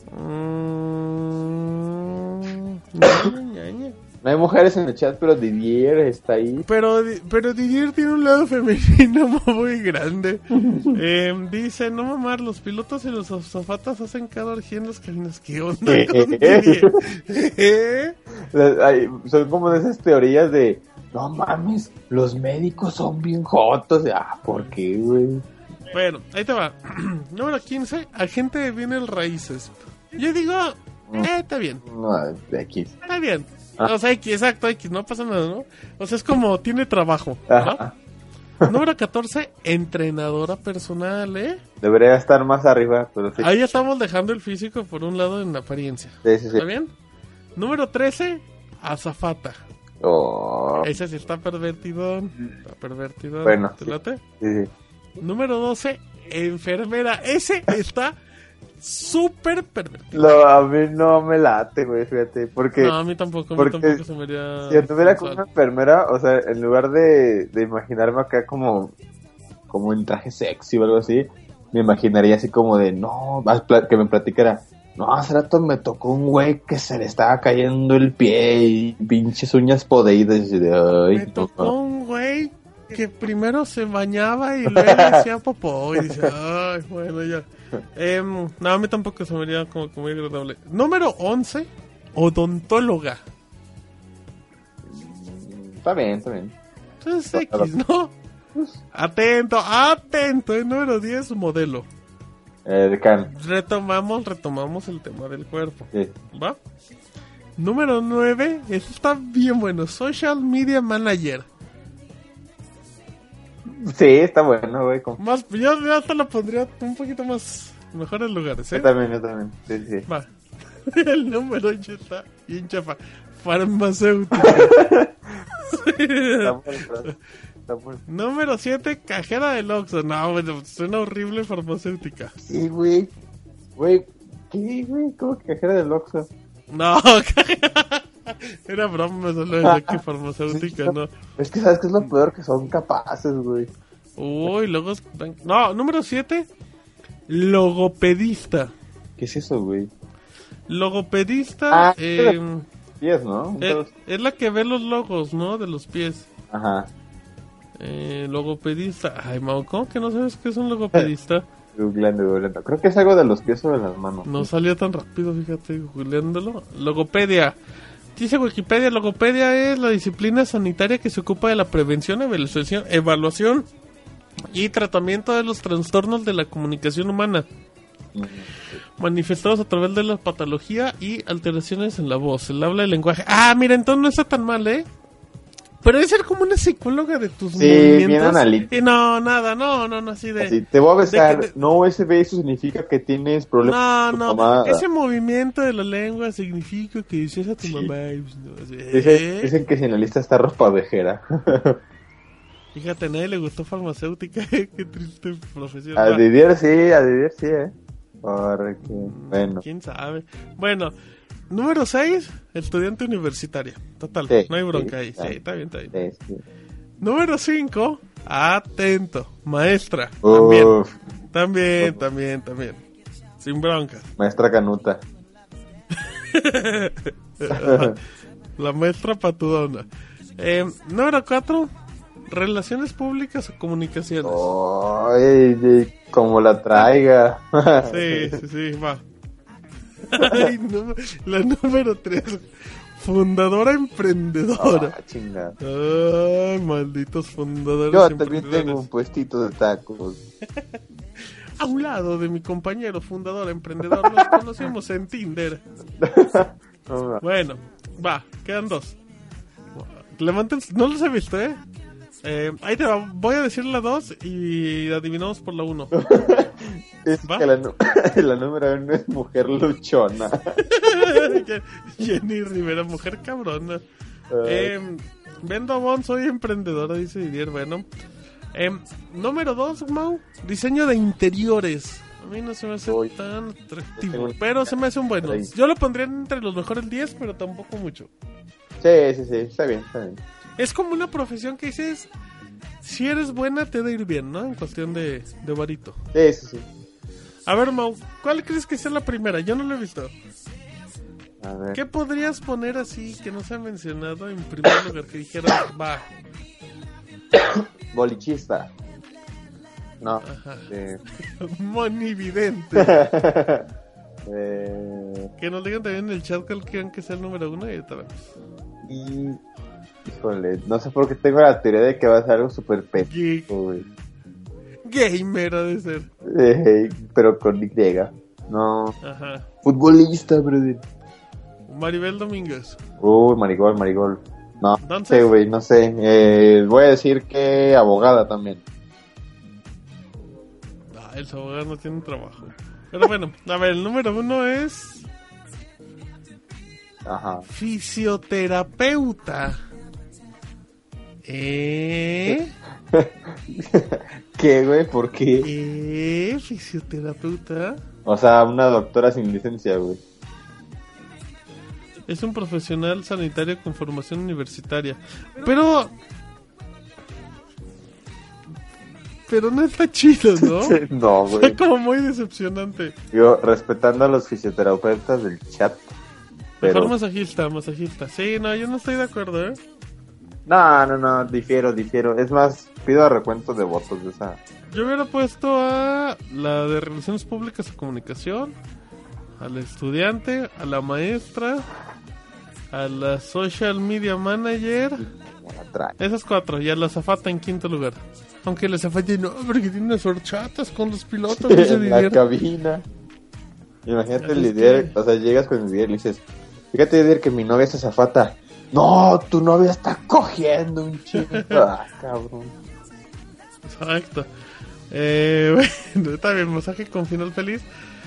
No hay mujeres en el chat, pero Didier está ahí. Pero Didier tiene un lado femenino muy grande. Dice, no mamar, los pilotos y los azafatas hacen cada orgía en los caminos. ¿Qué onda con Didier? Son como de esas teorías de, no mames, los médicos son bien jotos. ¿Por qué, güey? Bueno, ahí te va. Número 15, agente de bienes raíces. Yo digo, está bien. No, de X. Está bien. O sea, X, exacto, X, no pasa nada, ¿no? O sea, es como, tiene trabajo, ¿no? Número 14, entrenadora personal, Debería estar más arriba, pero sí. Ahí estamos dejando el físico por un lado en apariencia. Sí. ¿Está bien? Número 13, azafata. Oh. Ese sí está pervertido. Bueno, ¿Te late? Sí. Número 12, enfermera. Ese está súper pervertido. A mí no me late, güey, fíjate, porque... No, a mí tampoco se me haría... Si estuviera con una enfermera, o sea, en lugar de imaginarme acá como en traje sexy o algo así, me imaginaría así como de, no, que me platicara, no, hace rato me tocó un güey que se le estaba cayendo el pie y pinches uñas podridas y de, ay, me tocó un güey que primero se bañaba y luego hacía popó y dice, ay, bueno, ya. No, a mí tampoco se me haría como muy agradable. Número 11, odontóloga. Está bien. Entonces X, ¿no? Atento. Número 10, modelo. Retomamos el tema del cuerpo. Sí. ¿Va? Número 9, eso está bien bueno, social media manager. Sí, está bueno, güey. Más, yo hasta lo pondría un poquito más mejores lugares, ¿eh? Yo también. Sí. Va. El número 8 está bien chafa. Farmacéutica. Está bueno. Número 7, cajera del Oxxo. No, bueno, suena horrible farmacéutica. Sí, güey. ¿Qué, güey? ¿Cómo que cajera del Oxxo? No, era broma, solo decía que farmacéutica, no. Es que sabes que es lo peor, que son capaces, güey. Uy, luego... No, número 7, logopedista. ¿Qué es eso, güey? Logopedista, Pies, ¿no? es la que ve los logos, ¿no? De los pies. Ajá. Logopedista. Ay, Mau, ¿cómo que no sabes qué es un logopedista? Googleando. Creo que es algo de los pies o de las manos. No salió tan rápido, fíjate, googleándolo. Logopedia. Dice Wikipedia, logopedia es la disciplina sanitaria que se ocupa de la prevención, evaluación y tratamiento de los trastornos de la comunicación humana, manifestados a través de la patología y alteraciones en la voz, el habla y el lenguaje. Ah, mira, entonces no está tan mal, ¿eh? Pero debe ser como una psicóloga de tus movimientos. Bien analítica. Y no, así de... Así, te voy a besar. de que No, ese beso significa que tienes problemas con tu mamá. Ese movimiento de la lengua significa que dices a tu mamá. Y, no, así, Dicen que si en la lista está ropa vejera. Fíjate, a nadie le gustó farmacéutica. Qué triste profesión. A Didier sí, Porque, bueno. ¿Quién sabe? Bueno, número 6, estudiante universitaria. Total, Sí, no hay bronca sí, ahí. claro. Sí, está bien. Sí. Número 5, atento, maestra. Uf, También. Sin bronca. maestra Canuta. La maestra patudona. Número 4, relaciones públicas o comunicaciones. Ay, como la traiga. Sí, va. Ay, no, la número 3, fundadora emprendedora. Chingada. Ay, malditos fundadores Yo también emprendedores. tengo un puestito de tacos. A un lado de mi compañero fundador emprendedor, nos conocimos en Tinder. No, Bueno, va, quedan 2. Levanten, no los he visto, ahí te va, voy a decir la 2 y adivinamos por la 1. es ¿Va? que la número 1 es mujer luchona. Jenny Rivera, mujer cabrona. Ay. Vendo Avon, soy emprendedora, dice Didier. Bueno, número 2, Mau, diseño de interiores. A mí no se me hace Uy. tan atractivo, Tengo- pero se me hace un bueno. Ahí. Yo lo pondría entre los mejores 10, pero tampoco mucho. Sí, está bien. Es como una profesión que dices, si eres buena te da ir bien, ¿no? En cuestión de varito. Sí. A ver, Mau, ¿cuál crees que sea la primera? Yo no lo he visto. A ver. ¿Qué podrías poner así que no se ha mencionado en primer lugar? Que dijeras, va. Bolichista. No. Ajá. eh, Monividente. eh, Que nos digan también en el chat cuál quieren que sea el número 1 y ahorita vemos. y... Híjole, no sé por qué tengo la teoría de que va a ser algo súper Geek. pético, güey. Gamer ha de ser. Pero con Y. No. Ajá. Futbolista, brother. Maribel Domínguez. Marigol. No, Entonces- sé, güey, no sé. Voy a decir que abogada también. El abogado no tiene trabajo. Pero bueno, a ver, el número 1 es Ajá. fisioterapeuta. ¿Qué, güey? ¿Por qué? Fisioterapeuta. O sea, una doctora sin licencia, güey. Es un profesional sanitario con formación universitaria. Pero no está chido, ¿no? No, Fue güey. como muy decepcionante. Yo, respetando a los fisioterapeutas del chat. Pero... Mejor masajista. Sí, no, yo no estoy de acuerdo, ¿eh? No, difiero. Es más, pido recuento de votos de esa. Yo hubiera puesto a la de Relaciones Públicas y Comunicación, al estudiante, a la maestra, a la Social Media Manager, Como la trae. esas 4, y a la azafata en 5º lugar. Aunque la azafata no, porque tiene unas horchatas con los pilotos, dice En la Didier. cabina. Imagínate Es Lidier, que- o sea, llegas con Lidier y le dices, fíjate Lidier que mi novia es azafata. No, tu novia está cogiendo un chingo. Ah, cabrón. Exacto. Bueno, está bien, masaje con final feliz.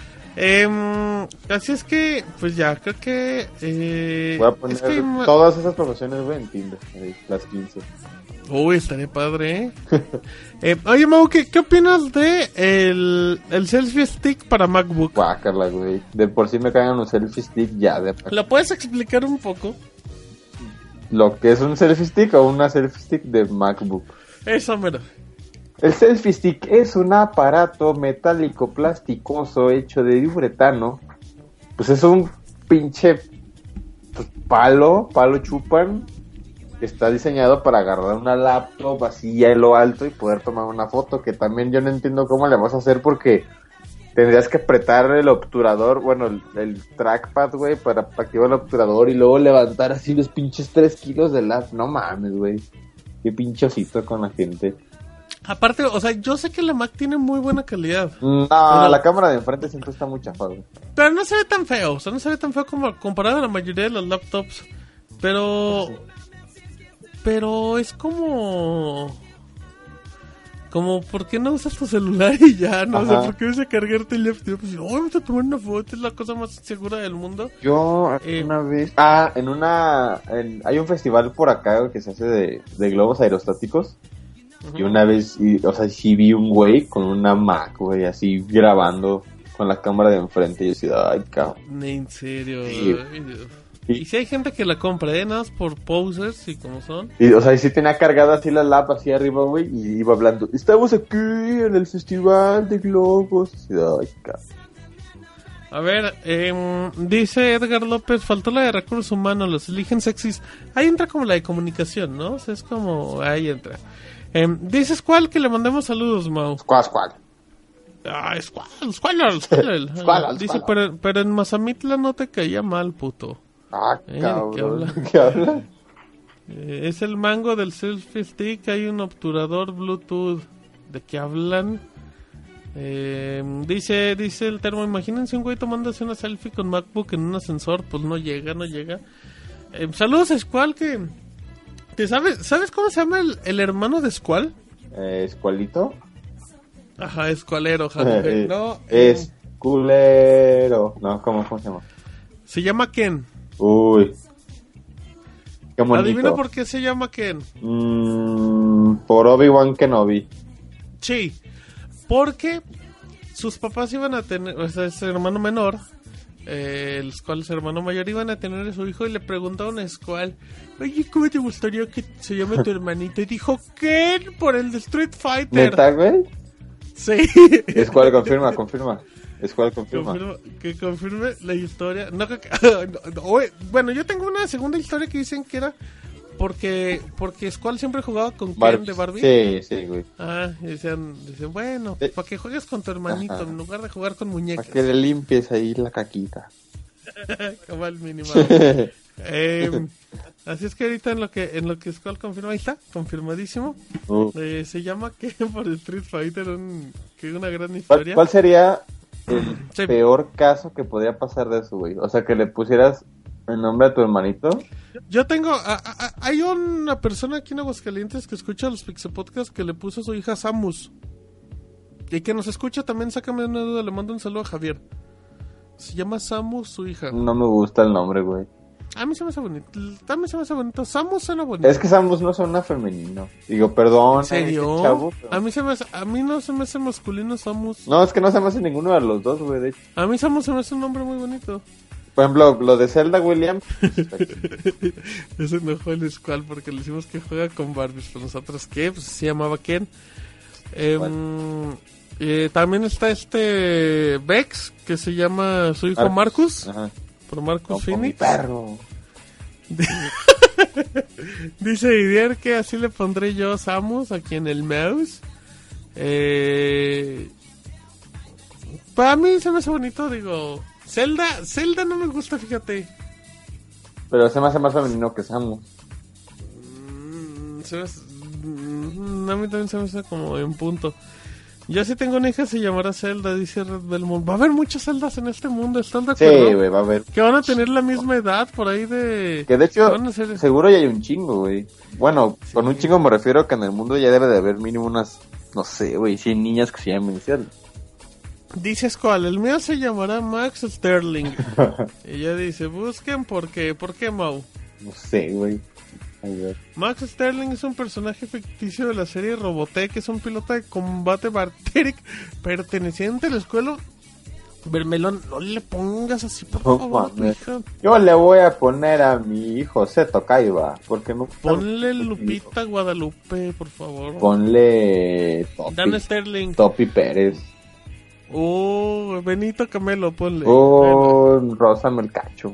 Así es que, pues ya, creo que... Voy a poner es que todas esas promociones, güey, en Tinder, ahí, las 15. Uy, estaría padre, oye, Mau, ¿qué opinas de el selfie stick para MacBook? Guácala, güey. De por sí me caen los selfie stick ya. ¿Lo puedes explicar un poco? ¿Lo que es un selfie stick o una selfie stick de MacBook? Eso, mero. El selfie stick es un aparato metálico plasticoso hecho de uretano. Pues es un pinche palo chupan, que está diseñado para agarrar una laptop así a lo alto y poder tomar una foto, que también yo no entiendo cómo le vas a hacer porque tendrías que apretar el obturador, bueno, el trackpad, güey, para activar el obturador y luego levantar así los pinches 3 kilos de lap. No mames, güey. Qué pinchocito con la gente. Aparte, o sea, yo sé que la Mac tiene muy buena calidad. No, la cámara de enfrente siempre está muy chafa, güey. Pero no se ve tan feo, o sea, no se ve tan feo como comparado a la mayoría de los laptops. Pero es como, ¿por qué no usas tu celular y ya? No sé, ¿por qué vas a cargarte el laptop? Pues, vamos a tomar una foto, es la cosa más segura del mundo. Yo una vez... hay un festival por acá, güey, que se hace de globos aerostáticos. Y una vez, o sea, sí vi un güey con una Mac, güey, así grabando con la cámara de enfrente. Y yo decía, ay, cabrón. En serio, sí. Ay, Dios. Y si hay gente que la compra, nada más por posers y como son. Y, o sea, y sí tenía cargada así la lap así arriba, güey, y iba hablando. Estamos aquí en el festival de globos. Y, ay, cabrón. A ver, dice Edgar López, faltó la de recursos humanos, los eligen sexys. Ahí entra como la de comunicación, ¿no? O sea, es como, ahí entra. Dice Squall que le mandemos saludos, Mau. Squall. Ah, Squall. Dice, pero en Mazamitla no te caía mal, puto. Ah, cabrón. ¿Qué habla? Es el mango del selfie stick, hay un obturador Bluetooth. ¿De qué hablan? Dice el termo, imagínense un güey tomándose una selfie con MacBook en un ascensor, pues no llega. Saludos a Squall, que ¿sabes cómo se llama el hermano de Squall? ¿Squalito? Ajá, Squalero, Javier. No, es culero. No, ¿cómo se llama? Se llama Ken. Uy, qué bonito. ¿Adivina por qué se llama Ken? Por Obi-Wan Kenobi. Sí, porque sus papás iban a tener, o sea, es hermano menor, el Squall es hermano mayor, iban a tener a su hijo y le preguntaron a Squall, oye, ¿cómo te gustaría que se llame tu hermanito? Y dijo, Ken, por el de Street Fighter. ¿Neta, güey? Sí. Squall, confirma. Squall, confirma. Que confirme la historia. No, bueno, yo tengo una segunda historia que dicen que era porque Squall siempre jugaba con Ken de Barbie. Sí, güey. Y decían, bueno, para que juegues con tu hermanito en lugar de jugar con muñecas. Para que le limpies ahí la caquita. Como el mínimo. Así es que ahorita en lo que Squall confirma, ahí está, confirmadísimo. Se llama Ken por Street Fighter, que es una gran historia. ¿Cuál sería el peor caso que podría pasar de eso, güey? O sea, que le pusieras el nombre a tu hermanito. Yo tengo... hay una persona aquí en Aguascalientes que escucha los Pixel Podcast que le puso a su hija Samus. Y que nos escucha también, sácame una duda, le mando un saludo a Javier. Se llama Samus, su hija. No me gusta el nombre, güey. A mí se me hace bonito. También se me hace bonito. Samus suena bonito. Es que Samus no suena femenino. Digo, perdón. ¿En serio? Chavo, pero... a mí no se me hace masculino Samus. No, es que no se me hace ninguno de los dos, güey. De hecho. A mí Samus se me hace un nombre muy bonito. Por ejemplo, lo de Zelda Williams. Ese enojó el Squall porque le decimos que juega con Barbies. Pues nosotros, ¿qué? Pues se llamaba Ken. También está Vex, que se llama su hijo Marcus. Ajá. Por Marcus Phoenix. Mi perro. Dice Didier que así le pondré yo Samus aquí en el mouse. Para mí se me hace bonito, digo. Zelda no me gusta, fíjate. Pero se me hace más femenino que Samus. A mí también se me hace como en punto. Yo sí tengo una hija, se llamará Zelda, dice Red Belmont. Va a haber muchas Zeldas en este mundo, ¿estás de acuerdo? Sí, güey, va a haber. Que van a tener la misma edad por ahí de... Que de hecho, seguro ya hay un chingo, güey. Bueno, con un chingo me refiero que en el mundo ya debe de haber mínimo unas No sé, güey, si hay niñas que se llaman Shirley. Dices cuál, el mío se llamará Max Sterling. Ella dice, busquen ¿por qué Mau? No sé, güey. Max Sterling es un personaje ficticio de la serie Robotech, es un piloto de combate Barteric perteneciente a la escuela. Vermelón, no le pongas así, por favor, a tu hija. Yo le voy a poner a mi hijo Seto Kaiba, porque no. Ponle Lupita Guadalupe, por favor. Ponle Topi, Dan Sterling. Topi Pérez. Benito Camelo, ponle. Rosa Melcacho.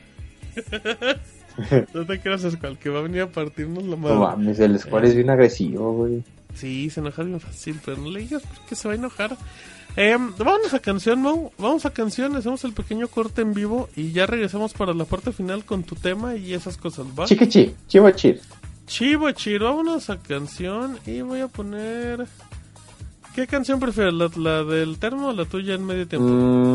No te creas, Escual, que va a venir a partirnos la madre. No mames, el Escual es bien agresivo, güey. Sí, se enoja bien fácil, pero no le digas porque se va a enojar. Vámonos a canción, Mau. Vamos a canción, hacemos el pequeño corte en vivo y ya regresamos para la parte final con tu tema y esas cosas, ¿va? Chivo chir. Chivo chir, vámonos a canción y voy a poner... ¿Qué canción prefieres? ¿La del termo o la tuya en medio tiempo?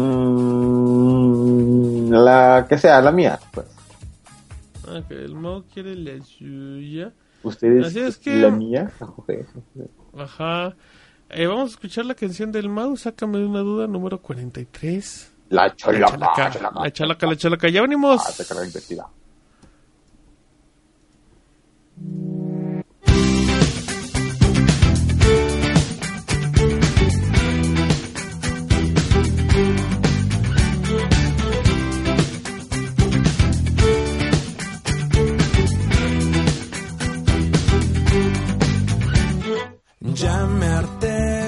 La que sea, la mía, pues. Ok, el Mau quiere la suya. ¿Ustedes Así es que... la mía? Ajá. Vamos a escuchar la canción del Mau, sácame de una duda, número 43. La chalaca. La chalaca. Ya venimos. Te carga invertida. Ya me harté,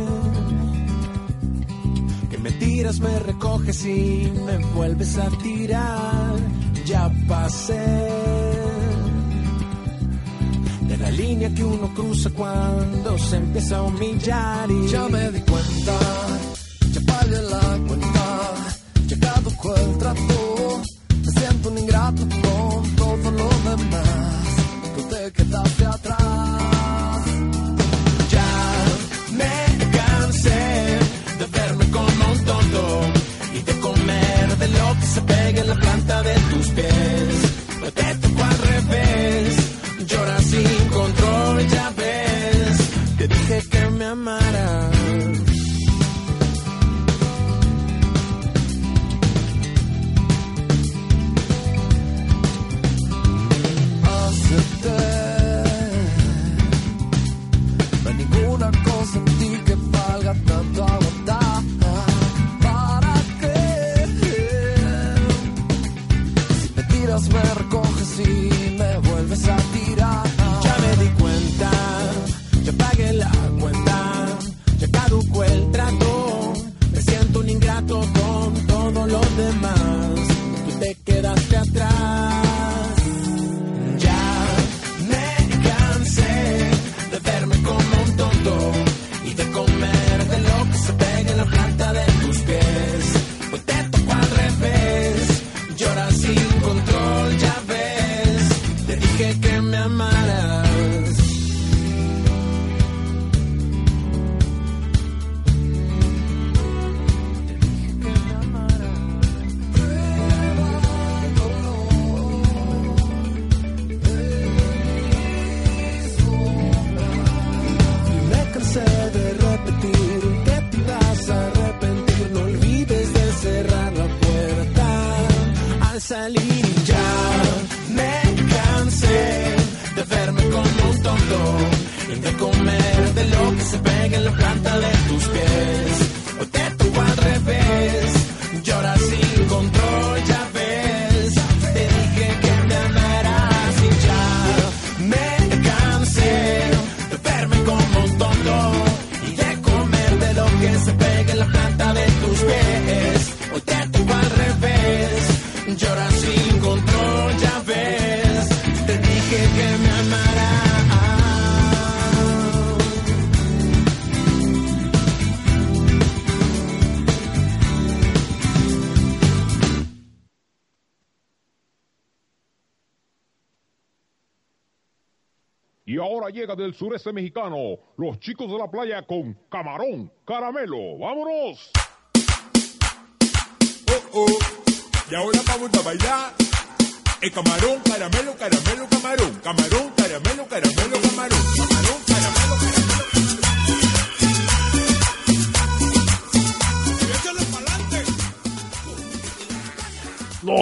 que me tiras, me recoges y me vuelves a tirar. Ya pasé de la línea que uno cruza cuando se empieza a humillar y ya me di cuenta, ya pagué la cuenta, ya caducó el trato, me siento un ingrato con todo lo demás, tú te quedaste atrás. Se pega en la planta de tus pies, no te tocó al revés, lloras sin control, ya ves, te dije que me amaras. Acepté, no hay ninguna cosa en ti que valga tanto aguantar. Me recoges y me vuelves a tirar. Ya me di cuenta, ya pagué la cuenta, ya caducó el trato, me siento un ingrato con todos los demás, tú te quedaste atrás. Ya me cansé de verme como un tonto y de comer de lo que se pega en la planta de tus pies, pues te tocó al revés, lloras sin control, ya ves, te dije que me amaras. Te dije que me amaras. Y me cansé de repetir que te vas a arrepentir, no olvides de cerrar la puerta al salir. Ya me cansé de verme como un tonto y de comer de lo que se pega en la planta de tus pies. Hoy te tocó al revés, lloras sin control, ya ves, te dije que me amarás y ya me cansé de verme como un tonto y de comer de lo que se pega en la planta de tus pies. Hoy te tocó al revés, lloras sin control, ya ves, te dije que me amarás. Y ahora llega del sureste mexicano, los chicos de la playa con Camarón Caramelo. ¡Vámonos! Y ahora vamos a bailar el camarón, caramelo, caramelo, camarón. Camarón, caramelo, caramelo, camarón. Camarón, caramelo, caramelo.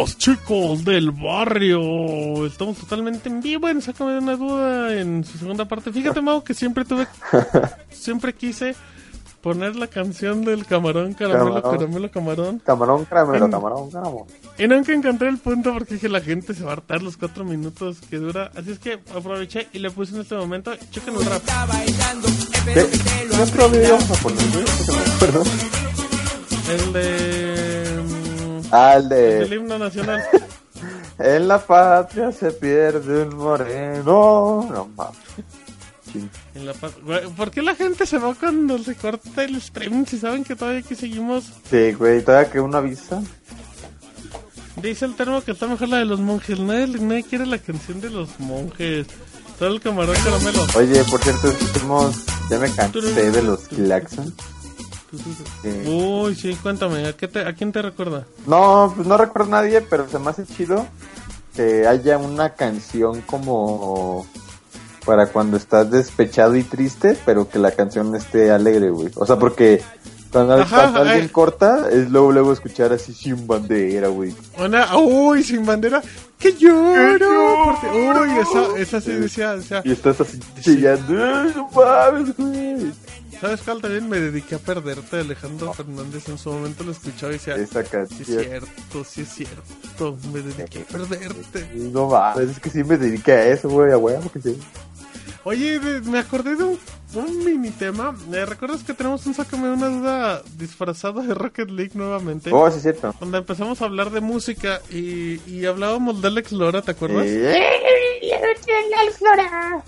Los chicos del barrio. Estamos totalmente en vivo en Sácame de una Duda en su segunda parte. Fíjate, Mau, que siempre quise poner la canción del camarón, caramelo, camarón. Camarón, caramelo, camarón. Y nunca encontré el punto porque dije, la gente se va a hartar los 4 minutos que dura. Así es que aproveché y le puse en este momento. Chequen el rap. ¿Qué otro video vamos a poner? No me acuerdo. El de... el de... El himno nacional. En la patria se pierde un moreno. No mames. Sí. ¿Por qué la gente se va cuando se corta el streaming si saben que todavía aquí seguimos? Sí, güey, todavía que uno avisa. Dice el termo que está mejor la de los monjes. Nadie quiere la canción de los monjes. Todo el camarón caramelo. Oye, por cierto, ya me cansé de los Klaxon. Uy, sí, cuéntame, ¿a quién te recuerda? No, pues no recuerdo a nadie, pero se me hace chido que haya una canción como para cuando estás despechado y triste, pero que la canción esté alegre, güey. O sea, porque cuando alguien corta, es luego escuchar así sin bandera, güey. Uy, sin bandera, que lloro. Uy, esa sí decía. Y estás así chillando, no mames, güey. ¿Sabes cuál también? Me dediqué a perderte de Alejandro Fernández. En su momento lo escuchaba y decía, esa canción. Sí es cierto, me dediqué a perderte. No mames, es que sí me dediqué a eso, güey, a huevo que sí. Oye, me acordé de un mini tema. ¿Recuerdas que tenemos un Sácame de una Duda disfrazado de Rocket League nuevamente? Oh, sí es cierto. Cuando empezamos a hablar de música y hablábamos de Alex Lora, ¿te acuerdas? Alex Lora.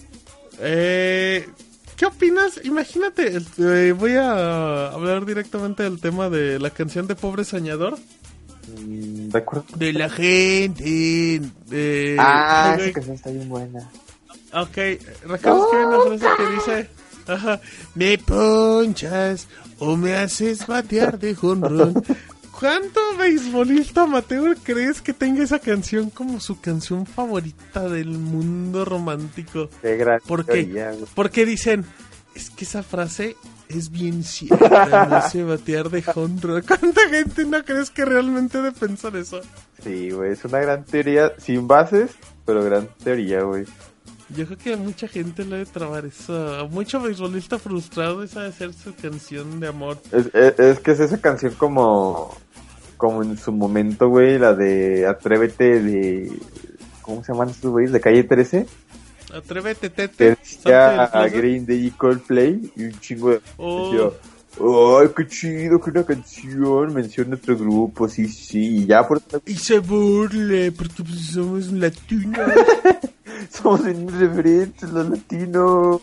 ¿Qué opinas? Imagínate, voy a hablar directamente del tema de la canción de Pobre Soñador. ¿De acuerdo? De la gente. Esa canción está bien buena. Ok, ¿recuerdas que hay una frase que dice? Ajá, me ponchas o me haces batear de jonrón? ¿Cuánto beisbolista amateur crees que tenga esa canción como su canción favorita del mundo romántico? Qué gran Porque dicen, es que esa frase es bien cierta, me hace batear de jonrón. ¿Cuánta gente no crees que realmente debe pensar eso? Sí, güey, es una gran teoría, sin bases, pero gran teoría, güey. Yo creo que a mucha gente le debe trabar eso. A mucho beisbolista frustrado esa de ser su canción de amor. Es que es esa canción como en su momento, güey, la de Atrévete de... ¿Cómo se llaman estos güeyes? ¿De Calle 13? Atrévete, Tete. Ya a Green Day y Coldplay y un chingo de... ¡Ay, qué chido que una canción menciona nuestro grupo! Sí, y ya por... Y se burle, porque pues somos latinos. Somos irreverentes los latinos.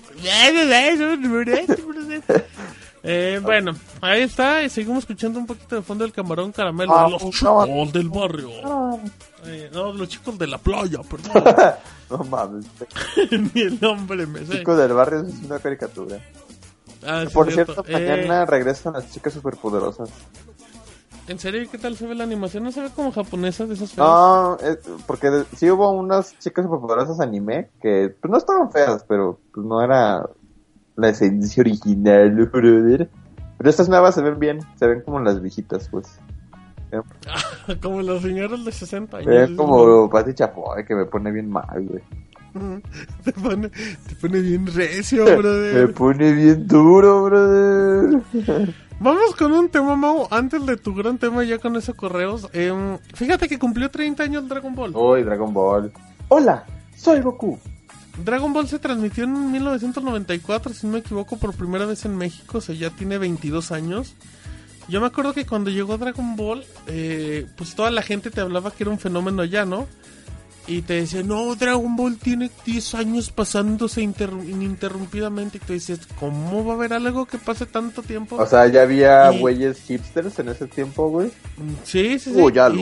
Bueno, ahí está. Y seguimos escuchando un poquito de fondo del camarón caramelo. Los chicos del barrio. No, los chicos de la playa, perdón. No mames. Ni el nombre me sé. Chicos del barrio es una caricatura. Por cierto, mañana regresan las chicas superpoderosas. ¿En serio? ¿Qué tal se ve la animación? ¿No se ve como japonesa de esas feas? No, porque sí hubo unas chicas superpoderosas anime que pues no estaban feas, pero pues no era la esencia original, brother. Pero estas nuevas se ven bien, se ven como las viejitas, pues. Como los señores de 60 años. Se ven como Pati Chapoy, que me pone bien mal, güey. Te pone bien recio, brother. Me pone bien duro, brother. Vamos con un tema, Mau, antes de tu gran tema, ya con esos correos. Fíjate que cumplió 30 años Dragon Ball. Uy, Dragon Ball. Hola, soy Goku. Dragon Ball se transmitió en 1994, si no me equivoco, por primera vez en México, o sea, ya tiene 22 años. Yo me acuerdo que cuando llegó Dragon Ball, pues toda la gente te hablaba que era un fenómeno ya, ¿no? Y te decía, no, Dragon Ball tiene 10 años pasándose ininterrumpidamente. Y tú dices, ¿cómo va a haber algo que pase tanto tiempo? O sea, ya había güeyes hipsters en ese tiempo, güey. Sí. Ya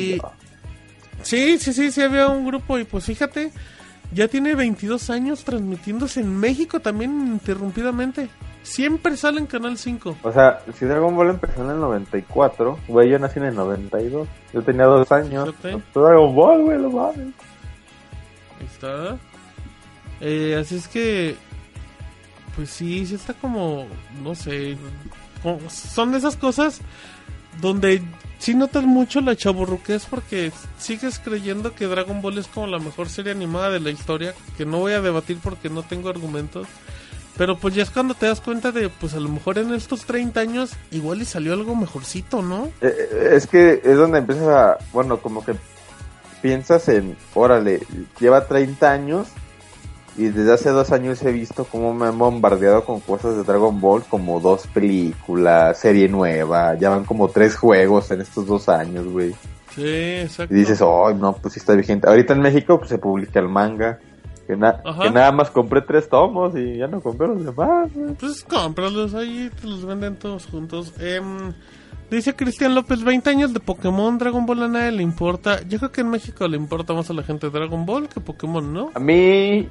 Sí, había un grupo. Y pues fíjate, ya tiene 22 años transmitiéndose en México también ininterrumpidamente. Siempre sale en Canal 5. O sea, si Dragon Ball empezó en el 94, güey, yo nací en el 92. Yo tenía 2 años. Dragon Ball, güey, lo mames. Ahí está. Así es que, pues sí está como, no sé. Son de esas cosas donde sí notas mucho la chavorruquez porque sigues creyendo que Dragon Ball es como la mejor serie animada de la historia, que no voy a debatir porque no tengo argumentos. Pero pues ya es cuando te das cuenta de, pues a lo mejor en estos 30 años igual y salió algo mejorcito, ¿no? Es que es donde empiezas a, bueno, como que piensas en, órale, lleva 30 años y desde hace 2 años he visto cómo me han bombardeado con cosas de Dragon Ball, como 2 películas, serie nueva, ya van como 3 juegos en estos 2 años, güey. Sí, exacto. Y dices, oh, no, pues sí está vigente. Ahorita en México pues se publica el manga. Que nada más compré 3 tomos y ya no compré los demás, güey. Pues cómpralos ahí, te los venden todos juntos. Dice Cristian López, 20 años de Pokémon, Dragon Ball a nadie le importa. Yo creo que en México le importa más a la gente Dragon Ball que Pokémon, ¿no? A mí,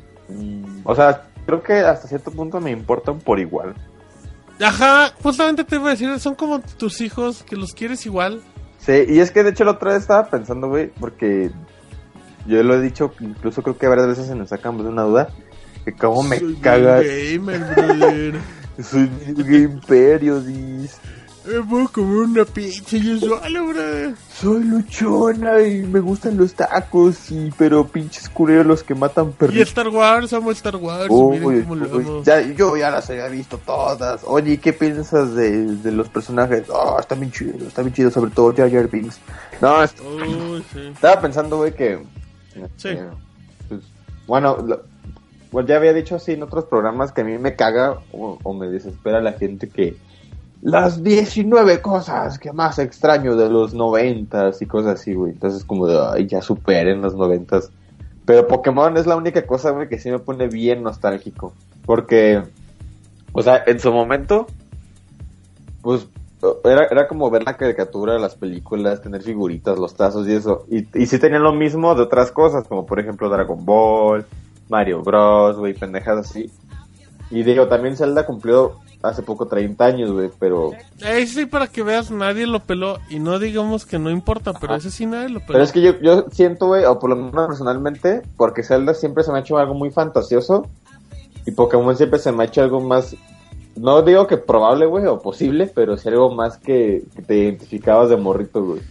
o sea, creo que hasta cierto punto me importan por igual. Ajá, justamente te iba a decir, son como tus hijos, que los quieres igual. Sí, y es que de hecho la otra vez estaba pensando, güey, porque... Yo lo he dicho, incluso creo que varias veces se nos sacamos de una duda, que como me cagas. Soy gamer, brother. Soy game periodist. Puedo comer una pizza yo solo, brother. Soy luchona y me gustan los tacos, pero pinches culeros los que matan perritos. Y Star Wars, amo Star Wars, miren cómo lo amo. Yo ya las había visto todas. Oye, ¿qué piensas de los personajes? Oh, está bien chido, sobre todo Jar Jar Binks. No, sí. Estaba pensando, güey, que... Sí. Pues, bueno, ya había dicho así en otros programas que a mí me caga o me desespera la gente que las 19 cosas que más extraño de los 90s y cosas así, güey. Entonces como de, ay, ya superen los 90s. Pero Pokémon es la única cosa, güey, que sí me pone bien nostálgico. Porque, o sea, en su momento, pues... Era como ver la caricatura, las películas, tener figuritas, los tazos y eso. Y sí tenían lo mismo de otras cosas, como por ejemplo Dragon Ball, Mario Bros, güey, pendejas así. Y digo, también Zelda cumplió hace poco 30 años, güey, pero... Sí, para que veas, nadie lo peló. Y no digamos que no importa, pero ese sí nadie lo peló. Pero es que yo siento, güey, o por lo menos personalmente, porque Zelda siempre se me ha hecho algo muy fantasioso. Y Pokémon siempre se me ha hecho algo más... No digo que probable, güey, o posible, pero sí algo más que te identificabas de morrito, güey.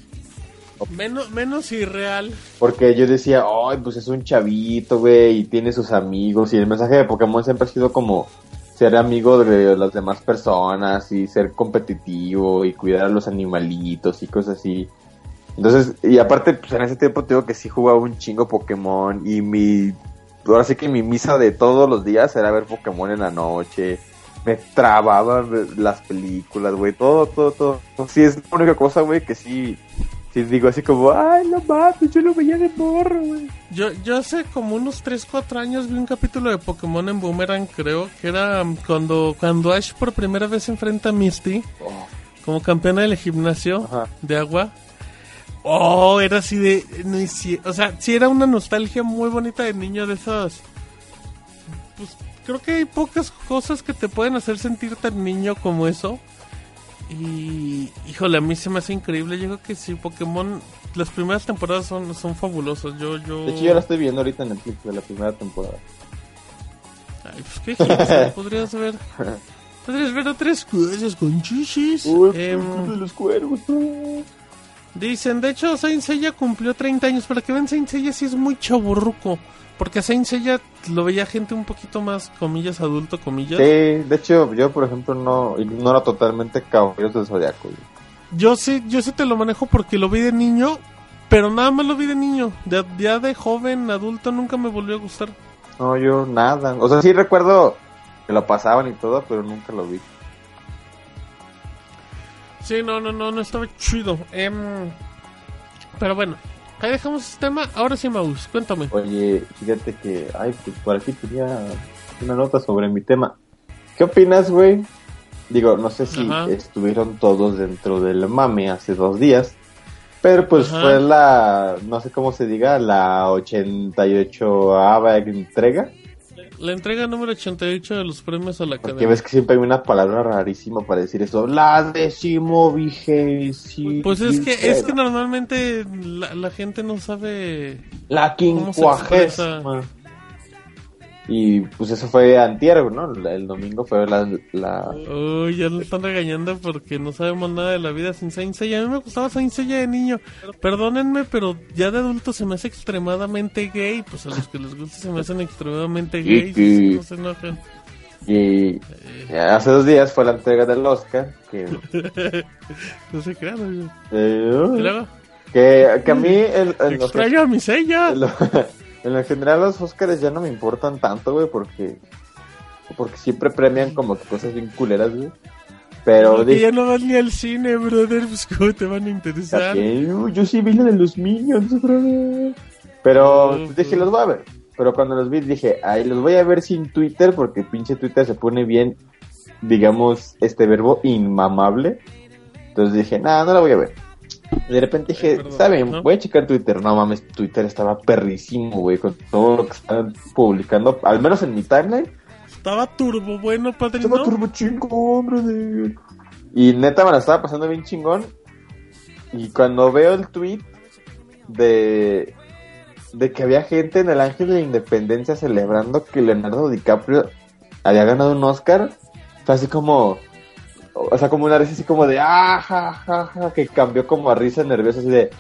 Menos irreal. Porque yo decía, ay, pues es un chavito, güey, y tiene sus amigos. Y el mensaje de Pokémon siempre ha sido como ser amigo de las demás personas y ser competitivo y cuidar a los animalitos y cosas así. Entonces, y aparte, pues en ese tiempo te digo que sí jugaba un chingo Pokémon. Y ahora sí que mi misa de todos los días era ver Pokémon en la noche. Me trababan las películas, güey, todo. Sí, es la única cosa, güey, que sí digo así como, ay, no mames, yo lo veía de morro, güey. Yo hace como unos 3-4 años vi un capítulo de Pokémon en Boomerang, creo, que era cuando Ash por primera vez enfrenta a Misty como campeona del gimnasio de agua. Era así de... o sea, sí era una nostalgia muy bonita de niño de esas... Pues... Creo que hay pocas cosas que te pueden hacer sentir tan niño como eso. Y... Híjole, a mí se me hace increíble. Yo creo que sí, Pokémon... Las primeras temporadas son fabulosas. De hecho, yo la estoy viendo ahorita en Netflix de la primera temporada. Ay, pues qué hits, podrías ver... Podrías ver otras cosas con chichis. De los cuervos. Dicen, de hecho, Saint Seiya cumplió 30 años. Para que vean, Saint Seiya sí es muy chavorruco. Porque a Saint Seiya lo veía gente un poquito más, comillas, adulto, comillas. Sí, de hecho, yo, por ejemplo, no ignoro totalmente Caballeros del Zodiaco. Güey. Yo sí te lo manejo porque lo vi de niño, pero nada más lo vi de niño. Ya de joven, adulto, nunca me volvió a gustar. No, yo nada. O sea, sí recuerdo que lo pasaban y todo, pero nunca lo vi. Sí, no estaba chido. Pero bueno. Ahí dejamos este tema. Ahora sí, Maus, cuéntame. Oye, fíjate que... Ay, pues por aquí tenía una nota sobre mi tema. ¿Qué opinas, güey? Digo, no sé si estuvieron todos dentro del mame hace 2 días. Pero pues fue la... No sé cómo se diga, la 88ª entrega. La entrega número 88 de los premios a la Academia. Porque ves que siempre hay una palabra rarísima para decir eso. La 10ª. Pues es que normalmente la gente no sabe... La 50ª. Y pues eso fue antier, ¿no? El domingo fue la... Uy, ya nos están regañando porque no sabemos nada de la vida sin Saint Seiya. A mí me gustaba Saint Seiya de niño. Perdónenme, pero ya de adulto se me hace extremadamente gay. Pues a los que les gusta se me hacen extremadamente gays. No se enojen. Y hace 2 días fue la entrega del Oscar. Que... no se crean. ¿Y luego? Que a mí... Extraño a mi Seiya. En lo general los Oscars ya no me importan tanto, güey, porque siempre premian como que cosas bien culeras, güey. Pero porque ya no vas ni al cine, brother, pues cómo te van a interesar. Yo sí vi la de los Minions, brother. Pero dije, los voy a ver. Pero cuando los vi dije, ay, los voy a ver sin Twitter, porque pinche Twitter se pone bien, digamos, este verbo inmamable. Entonces dije, no la voy a ver. Y de repente dije, ¿saben? ¿No? Voy a checar Twitter. No mames, Twitter estaba perrísimo, güey, con todo lo que estaban publicando, al menos en mi timeline. Estaba turbo bueno, padrino. Estaba turbo chingón, brother. Y neta me la estaba pasando bien chingón. Y cuando veo el tweet de que había gente en el Ángel de la Independencia celebrando que Leonardo DiCaprio había ganado un Oscar, fue así como... O sea, como una risa así como de que cambió como a risa nerviosa, así de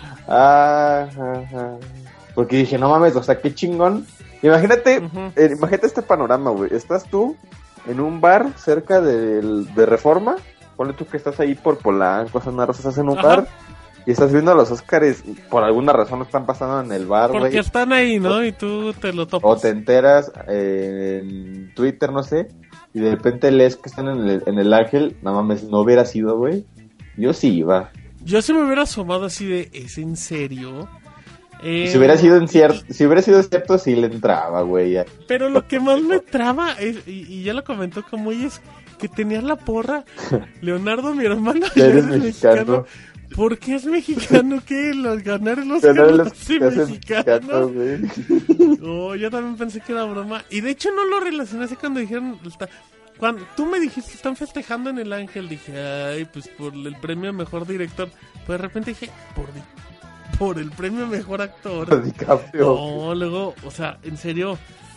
porque dije, no mames, o sea, qué chingón. Imagínate, imagínate este panorama, güey. Estás tú en un bar cerca de Reforma, ponle tú que estás ahí por Polanco, San Rosa, estás en un bar y estás viendo a los Óscares y por alguna razón están pasando en el bar, güey. Porque están ahí, ¿no? Y tú te lo topas. O te enteras en Twitter, no sé. Y de repente lees que están en el Ángel, no mames, no hubiera sido, güey. Yo sí iba. Yo sí me hubiera asomado así de, ¿es en serio? Si hubiera sido cierto, sí le entraba, güey. Pero lo que más me traba es, y ya lo comentó como ella, es que tenía la porra. Leonardo, mi hermano, ya eres mexicano. ¿Por qué es mexicano? ¿Qué? Ganar los mexicano. Güey. Oh, yo también pensé que era broma. Y de hecho no lo relacioné así cuando dijeron... Cuando tú me dijiste que están festejando en el Ángel, dije, ay, pues por el premio Mejor Director. Pero de repente dije, por el premio Mejor Actor. No, luego, o sea, en serio,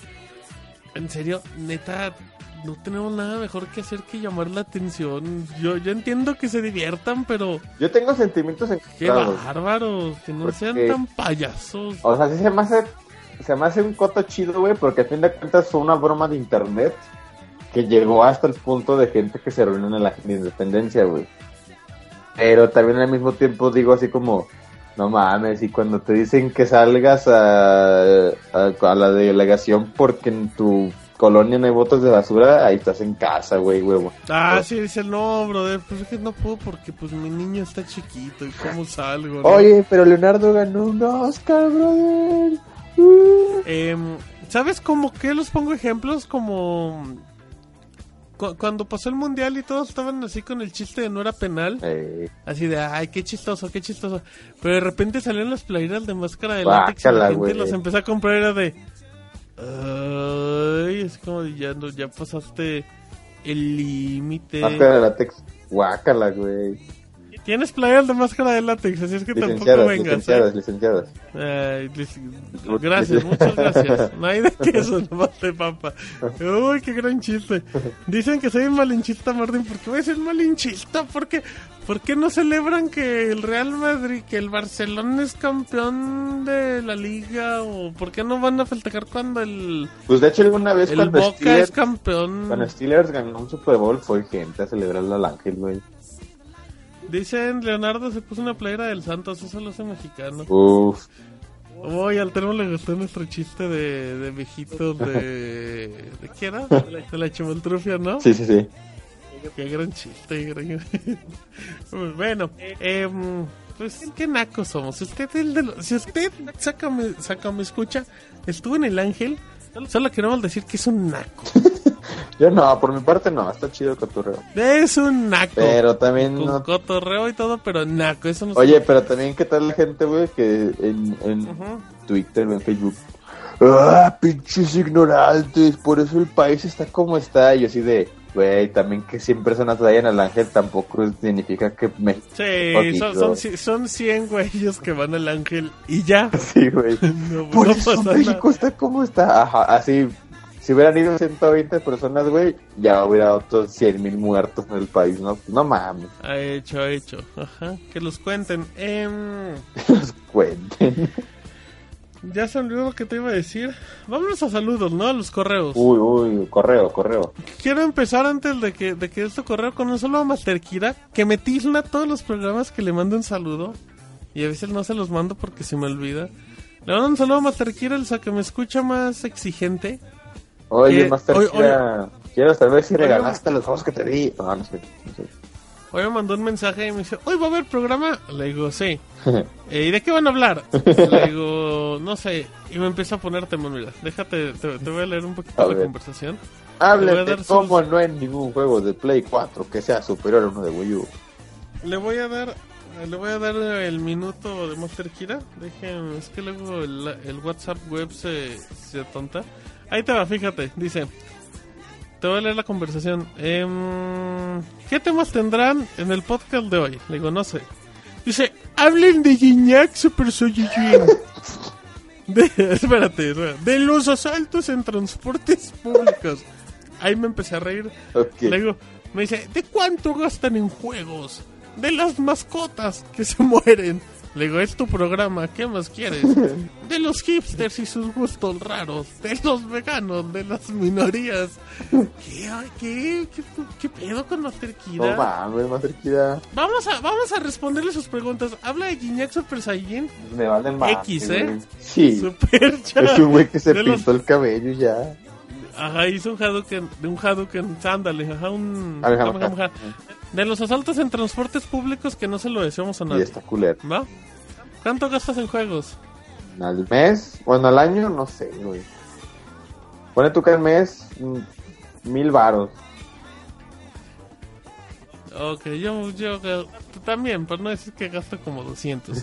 neta... No tenemos nada mejor que hacer que llamar la atención. Yo entiendo que se diviertan, pero... Yo tengo sentimientos encontrados. ¡Qué bárbaros! Que no sean tan payasos. O sea, sí se me hace un coto chido, güey, porque a fin de cuentas fue una broma de internet que llegó hasta el punto de gente que se reunió en la Independencia, güey. Pero también al mismo tiempo digo así como... No mames, y cuando te dicen que salgas a la delegación porque en tu... colonia no hay botes de basura, ahí estás en casa, güey, huevo. Sí, dice, no, brother, pues es que no puedo porque pues mi niño está chiquito y cómo salgo, ¿no? Oye, pero Leonardo ganó un Oscar, brother. ¿Sabes cómo que los pongo ejemplos? Como cuando pasó el mundial y todos estaban así con el chiste de no era penal, así de, ay, qué chistoso, pero de repente salieron las playeras de máscara de látex y la gente las empezó a comprar, era de... Ay, es como ya pasaste el límite. Máscara de látex, guácala, güey. Tienes playeras de máscara de látex, así es que tampoco vengas. Licenciadas. Gracias, muchas gracias. No hay de queso, nomás de papa. Uy, qué gran chiste. Dicen que soy un malinchista, Martín. ¿Por qué voy a ser malinchista? ¿Por qué no celebran que el Real Madrid, que el Barcelona es campeón de la liga? ¿O por qué no van a festejar cuando Pues de hecho alguna vez cuando Boca Steelers, es campeón? Cuando Steelers ganó un Super Bowl fue gente a celebrarlo al Ángel, güey. Dicen, Leonardo se puso una playera del Santos, eso lo hace mexicano. Uff. Oye, al Termo le gustó nuestro chiste de viejitos ¿de qué era? De la chimoltrufia, ¿no? Sí. Qué gran chiste, Bueno, pues qué nacos somos. Si usted me escucha, estuvo en el Ángel, solo queremos decir que es un naco. Yo no, por mi parte no, está chido el cotorreo. Es un naco. Pero también con cotorreo y todo, pero naco, eso no. Oye, pero también qué tal la gente, güey, que en Twitter o en Facebook, pinches ignorantes, por eso el país está como está. Y yo así de, güey, también que 100 personas vayan al Ángel tampoco significa que México. Sí, son 100 güeyes que van al Ángel y ya. Sí, güey. Por eso México está como está. Ajá, así. si hubieran ido 120 personas, güey, ya hubiera otros 100,000 muertos en el país, ¿no? No mames. Ha hecho. Ajá, que los cuenten. Los cuenten. Ya se olvidó lo que te iba a decir. Vámonos a saludos, ¿no? A los correos. Uy, correo. Quiero empezar antes de que este correo con un saludo a Master Kira, que me tilda todos los programas que le mando un saludo. Y a veces no se los mando porque se me olvida. Le mando un saludo a Master Kira, el que me escucha más exigente. Oye, Master Kira, quiero saber si regalaste los juegos que te di. No sé. Hoy me mandó un mensaje y me dice, ¿hoy va a haber programa? Le digo, sí. ¿Y de qué van a hablar? Le digo, no sé. Y me empieza a poner temor, mira. Déjate, te voy a leer un poquito la conversación. Háblate de cómo no hay ningún juego de Play 4 que sea superior a uno de Wii U. Le voy a dar el minuto de Master Kira. Déjenme, es que luego el WhatsApp web se tonta. Ahí te va, fíjate, dice... Te voy a leer la conversación. ¿Qué temas tendrán en el podcast de hoy? Le digo, no sé. Dice, hablen de Gignac Super Saiyajin. Espérate. De los asaltos en transportes públicos. Ahí me empecé a reír. Okay. Le digo, me dice, ¿de cuánto gastan en juegos? De las mascotas que se mueren. Le digo, es tu programa, ¿qué más quieres? De los hipsters y sus gustos raros, de los veganos, de las minorías. ¿Qué pedo con Master Kira? No mames, Master Kira. Vamos a responderle sus preguntas. Habla de Gignac Super Saiyajin. Me valen más. X, güey. Sí. Super es un güey que se pintó el cabello ya. Ajá, hizo un Hadouken, ándale, ajá, de los asaltos en transportes públicos que no se lo deseamos a nadie. Y está culero. ¿Va? ¿Cuánto gastas en juegos? ¿Al mes? Bueno, al año, no sé, güey. Pone tú que al mes, 1,000 varos. Ok, yo también, por no decir que gasto como 200.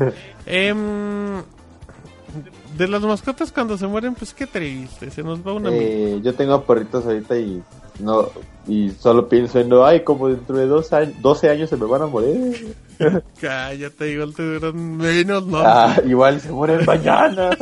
De las mascotas cuando se mueren, pues qué triste, se nos va una yo tengo perritos ahorita y solo pienso en ay, como dentro de 12 años se me van a morir. Cállate, igual te duran menos, ¿no? Igual se mueren mañana.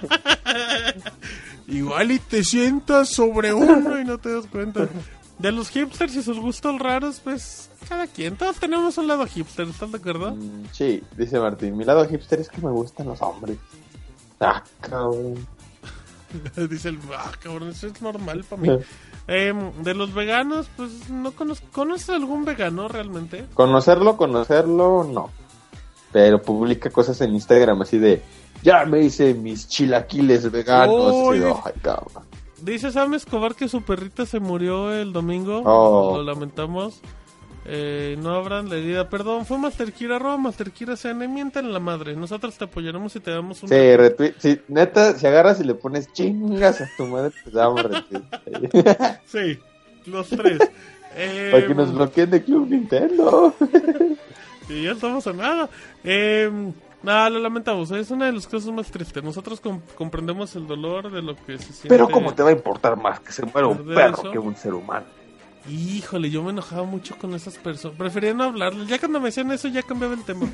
Igual y te sientas sobre uno y no te das cuenta. De los hipsters y sus gustos raros, pues cada quien, todos tenemos un lado hipster, ¿estás de acuerdo? Sí, dice Martín, mi lado hipster es que me gustan los hombres. Cabrón. Dice el cabrón, eso es normal para mí. De los veganos, pues no conozco. ¿Conoces algún vegano realmente? Conocerlo, no. Pero publica cosas en Instagram así de ya me hice mis chilaquiles veganos. Ay, cabrón. Dice Sam Escobar que su perrita se murió el domingo. Lo lamentamos. No habrán la herida. Perdón, fue Master Kira, Master Kira CN, mienten la madre. Nosotros te apoyaremos y te damos un... Sí, retweet. Sí, neta, si agarras y le pones chingas a tu madre, te damos retweet. Sí, los tres. Para que nos bloqueen de Club Nintendo. Y ya estamos a nada. Nada, lo lamentamos. Es una de las cosas más tristes. Nosotros comprendemos el dolor de lo que se siente. Pero ¿cómo te va a importar más que se muera un perro que un ser humano? Híjole, yo me enojaba mucho con esas personas. Prefería no hablarles. Ya cuando me decían eso, ya cambiaba el tema.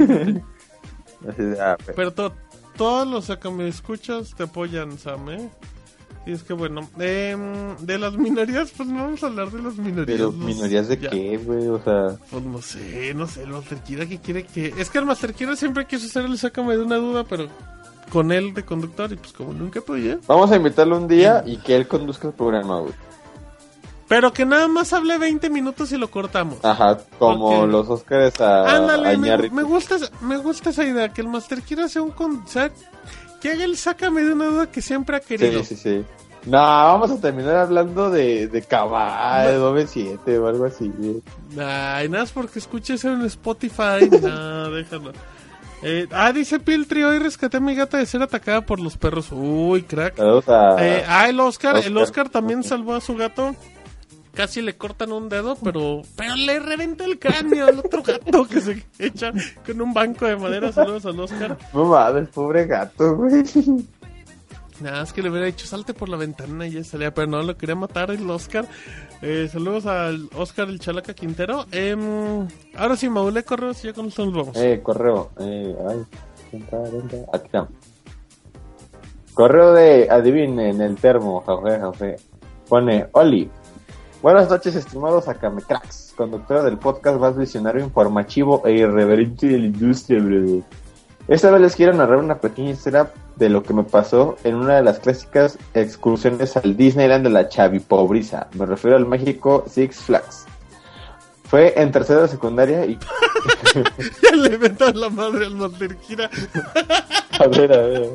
Pero todos los que me escuchas te apoyan, Sam, ¿eh? Y es que bueno, de las minorías, pues no vamos a hablar de las minorías. ¿Pero minorías de qué, güey? O sea... Pues no sé, el Master Kira que quiere que... Es que el Master Kira siempre quiso ser el sácame de una duda, pero con él de conductor, y pues como nunca podía. Vamos a invitarlo un día y que él conduzca el programa, güey. Pero que nada más hable 20 minutos y lo cortamos. Ajá, como los Óscares a... Ándale, me gusta esa idea, que el Master Kira sea que haga el sácame de una duda que siempre ha querido. Sí. No, vamos a terminar hablando de Cabal, de Doble 7 o algo así. Ay, nada, es porque escuches en Spotify. No, déjalo. Dice Piltri, hoy rescaté a mi gata de ser atacada por los perros. Uy, crack. El Oscar también salvó a su gato. Casi le cortan un dedo, pero le reventó el cráneo al otro gato que se echa con un banco de madera. Saludos al Oscar. No mames, pobre gato, güey. Nada, es que le hubiera dicho salte por la ventana y ya salía, pero no, lo quería matar el Oscar. Saludos al Oscar el Chalaca Quintero. Ahora sí, Maule, correos y ya con esto nos vamos. Correo. Aquí está. Correo de adivinen el termo, jauge. Pone, Oli. Buenas noches, estimados Akamecracks, conductora del podcast más visionario, informativo e irreverente de la industria, brother. Esta vez les quiero narrar una pequeña historia de lo que me pasó en una de las clásicas excursiones al Disneyland de la chavipobreza. Me refiero al México Six Flags. Fue en tercero de secundaria y... Ya le inventaron la madre al Masterkira. A ver.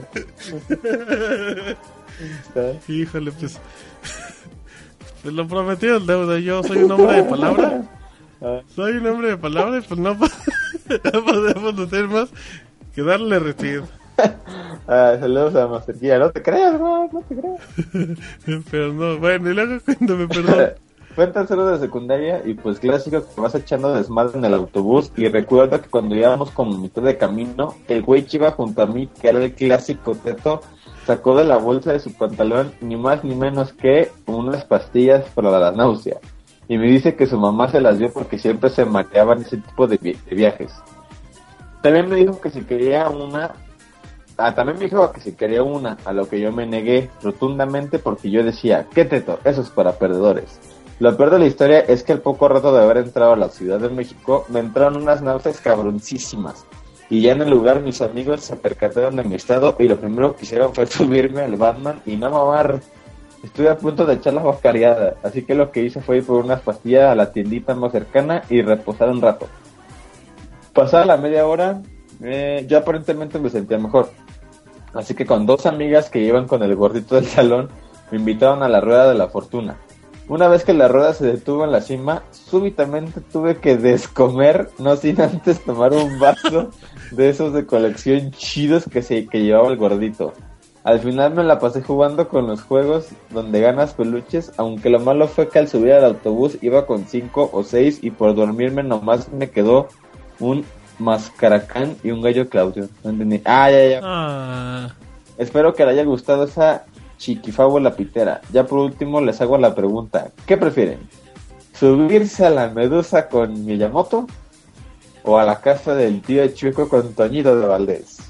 Híjole, pues... Te lo prometí el deuda, yo soy un hombre de palabra. Soy un hombre de palabra y pues no podemos hacer más que darle retiro. Saludos a Masterkira, no te creas, no te creas. Pero no, bueno, y luego cuéntame, perdón. Fue en tercero de secundaria y pues clásico que vas echando desmadre en el autobús. Y recuerdo que cuando íbamos como mitad de camino, el güey que iba junto a mí, que era el clásico teto, sacó de la bolsa de su pantalón ni más ni menos que unas pastillas para la náusea. Y me dice que su mamá se las dio porque siempre se mareaban ese tipo de viajes. También me dijo que si quería una... también me dijo que si quería una, a lo que yo me negué rotundamente porque yo decía, ¿qué teto? Eso es para perdedores. Lo peor de la historia es que al poco rato de haber entrado a la Ciudad de México, me entraron unas náuseas cabroncísimas. Y ya en el lugar mis amigos se percataron de mi estado y lo primero que hicieron fue subirme al Batman y no mamar. Estuve a punto de echar la guacareada, así que lo que hice fue ir por unas pastillas a la tiendita más cercana y reposar un rato. Pasada la media hora, yo aparentemente me sentía mejor. Así que con dos amigas que iban con el gordito del salón, me invitaron a la rueda de la fortuna. Una vez que la rueda se detuvo en la cima, súbitamente tuve que descomer, no sin antes tomar un vaso de esos de colección chidos que llevaba el gordito. Al final me la pasé jugando con los juegos donde ganas peluches, aunque lo malo fue que al subir al autobús iba con 5 o 6 y por dormirme nomás me quedó un mascaracán y un gallo Claudio. No entendí. Ya. Espero que le haya gustado esa chiquifábula pitera. Ya por último les hago la pregunta, ¿qué prefieren? ¿Subirse a la Medusa con Miyamoto o a la casa del tío Chueco con Toñito de Valdés?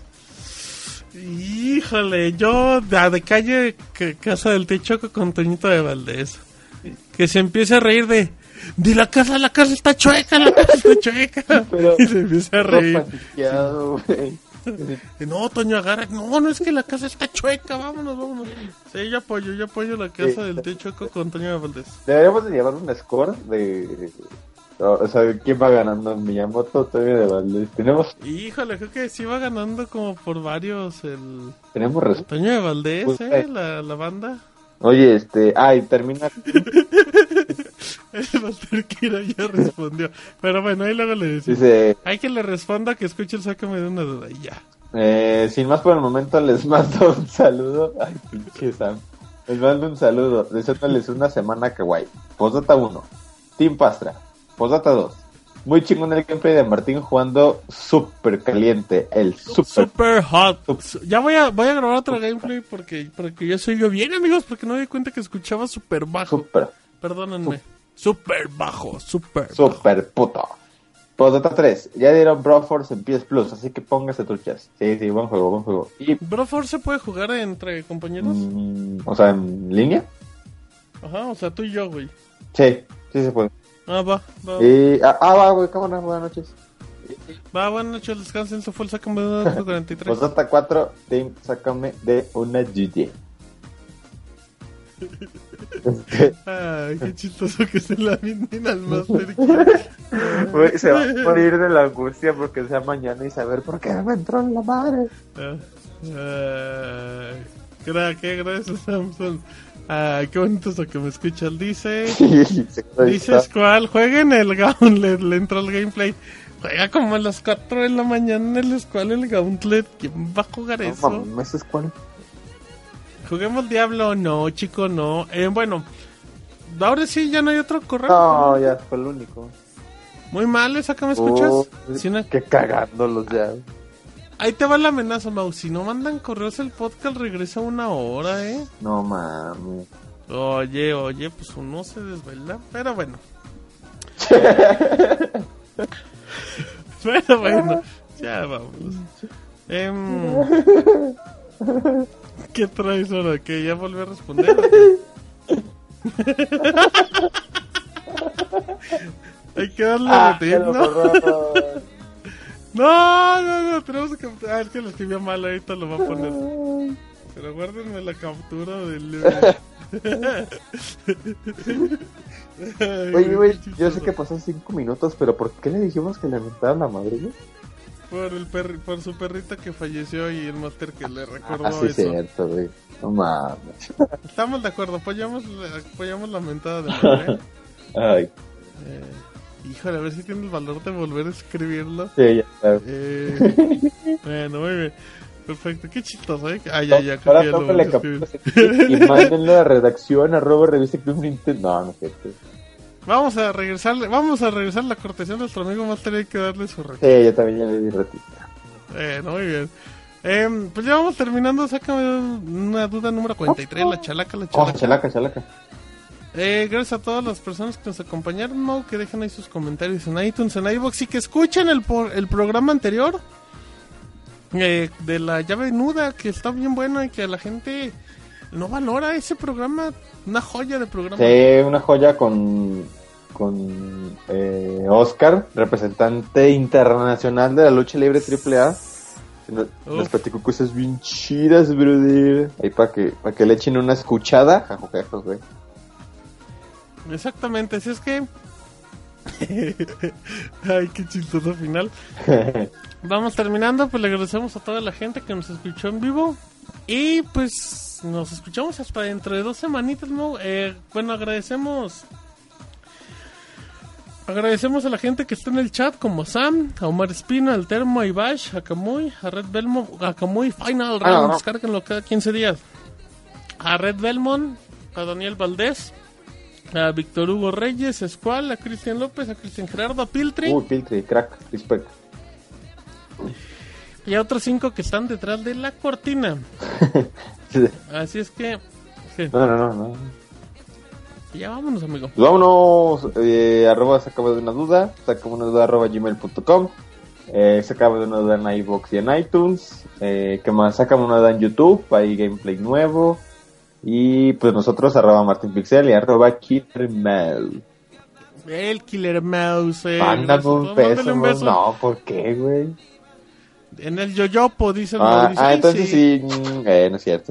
Híjole, yo de calle casa del tío Chueco con Toñito de Valdés. Que se empiece a reír de la casa está chueca, pero y se empieza a reír. No, Toño, agarra. No, es que la casa está chueca, vámonos. Sí, yo apoyo la casa del tío Chueco con Toño de Valdés. Deberíamos de llevar un score de... O sea, ¿quién va ganando? ¿Miyamoto o Toño de Valdés? Tenemos... Híjole, creo que sí va ganando como por varios Tenemos respuesta. Toño de Valdés, la banda. Oye, y termina... El Masterkira ya respondió. Pero bueno, ahí luego le decimos. Dice... Hay que le responda, que escuche el Sácame de una duda y ya. Sin más por el momento les mando un saludo. Ay, pinche Sam. Les mando un saludo, deseándoles una semana kawaii. Postdata 1, Team Pastra. Postdata 2, muy chingón el gameplay de Martín jugando super caliente. El super hot. Ya voy a grabar otro gameplay porque ya soy yo bien, amigos, porque no me di cuenta que escuchaba super bajo. Perdónenme. Super bajo. Super puto. Postdata 3, ya dieron Broforce en PS Plus, así que póngase truchas. Sí, buen juego. Y ¿Broforce se puede jugar entre compañeros? O sea, ¿en línea? Ajá, o sea, tú y yo, güey. Sí se puede. Va. Va, güey, cámara, buenas noches. Buenas noches, descansen, eso fue el Sácame de una 43. Postdata 4, Team, sácame de una GG. Ay, qué chistoso que se la vienen al Master. Güey, se va a morir de la angustia porque sea mañana y saber por qué me entró en la madre. Qué gracias, Samson. Qué bonito eso que me escuchas. Dices cuál, jueguen el Gauntlet, le entró el gameplay. Juega como a las 4 de la mañana en la escuela el Gauntlet. ¿Quién va a jugar eso? No, ¿eso es cuál? ¿Juguemos Diablo? No, chico, no. Bueno, ahora sí, ya no hay otro correo. No, ya fue el único. Muy mal, ¿esa que me escuchas? Que cagándolos ya. Ahí te va la amenaza, Mau. Si no mandan correos, el podcast regresa 1 hora, No mames. Oye, pues uno se desvela, pero bueno. Pero bueno, ya vamos. ¿Qué traes ahora? ¿Que ya volví a responder? Hay que darle ya lo borró. No, tenemos que... es que lo escribió mal, ahorita lo va a poner. Pero guárdenme la captura del... Oye, güey, yo sé que pasó 5 minutos, pero ¿por qué le dijimos que le aventaron la madre, güey? Por su perrita que falleció y el máster que le recordó Ah, sí, eso. cierto, güey. No mames. Estamos de acuerdo, apoyamos la mentada de madre. Ay. Híjole, a ver si tiene el valor de volver a escribirlo. Sí, ya sabes. Bueno, muy bien. Perfecto, qué chistoso, ¿eh? Ya, creo Ahora que ya lo tómale voy a escribir. y mándenlo a redacción @revista Club Nintendo. No es cierto. Vamos a regresar la cortesía de nuestro amigo Master, hay que darle su retiro. Sí, yo también ya le di ratito. Muy bien. Pues ya vamos terminando, sácame una duda número 43, la chalaca. Chalaca. Gracias a todas las personas que nos acompañaron, Mau, que dejen ahí sus comentarios en iTunes, en iVoox y que escuchen el programa anterior de la llave nuda, que está bien bueno y que la gente no valora ese programa, una joya de programa. Sí, una joya con Oscar, representante internacional de la lucha libre AAA. Nos platicó cosas bien chidas, brother. Ahí para que le echen una escuchada. Jajojajos, güey. Exactamente, así es que... Ay, qué chistoso final. Vamos terminando, pues le agradecemos a toda la gente que nos escuchó en vivo. Y pues nos escuchamos hasta dentro de 2 semanitas, ¿no? Bueno, agradecemos a la gente que está en el chat, como Sam, a Omar Espina, al Termo, a Ibash, a Camuy, a Red Belmont, a Camuy Final Round, descárguenlo cada 15 días. A Red Belmont, a Daniel Valdés, a Víctor Hugo Reyes, a Escual, a Cristian López, a Cristian Gerardo, a Piltri. Piltri, crack, respect. Y a otros 5 que están detrás de la cortina. Así es que... ¿qué? No. Ya vámonos, amigo. Pues vámonos, @sacaba de una duda, @gmail.com, sacaba de una duda en iVoox y en iTunes, que más, sacamos una duda en YouTube, hay gameplay nuevo, y pues nosotros @martinpixel y @killermouse. El Killer Mouse. Mándame un beso. No, ¿por qué, güey? En el yoyopo, dice el Mauricio. Entonces sí, no es cierto.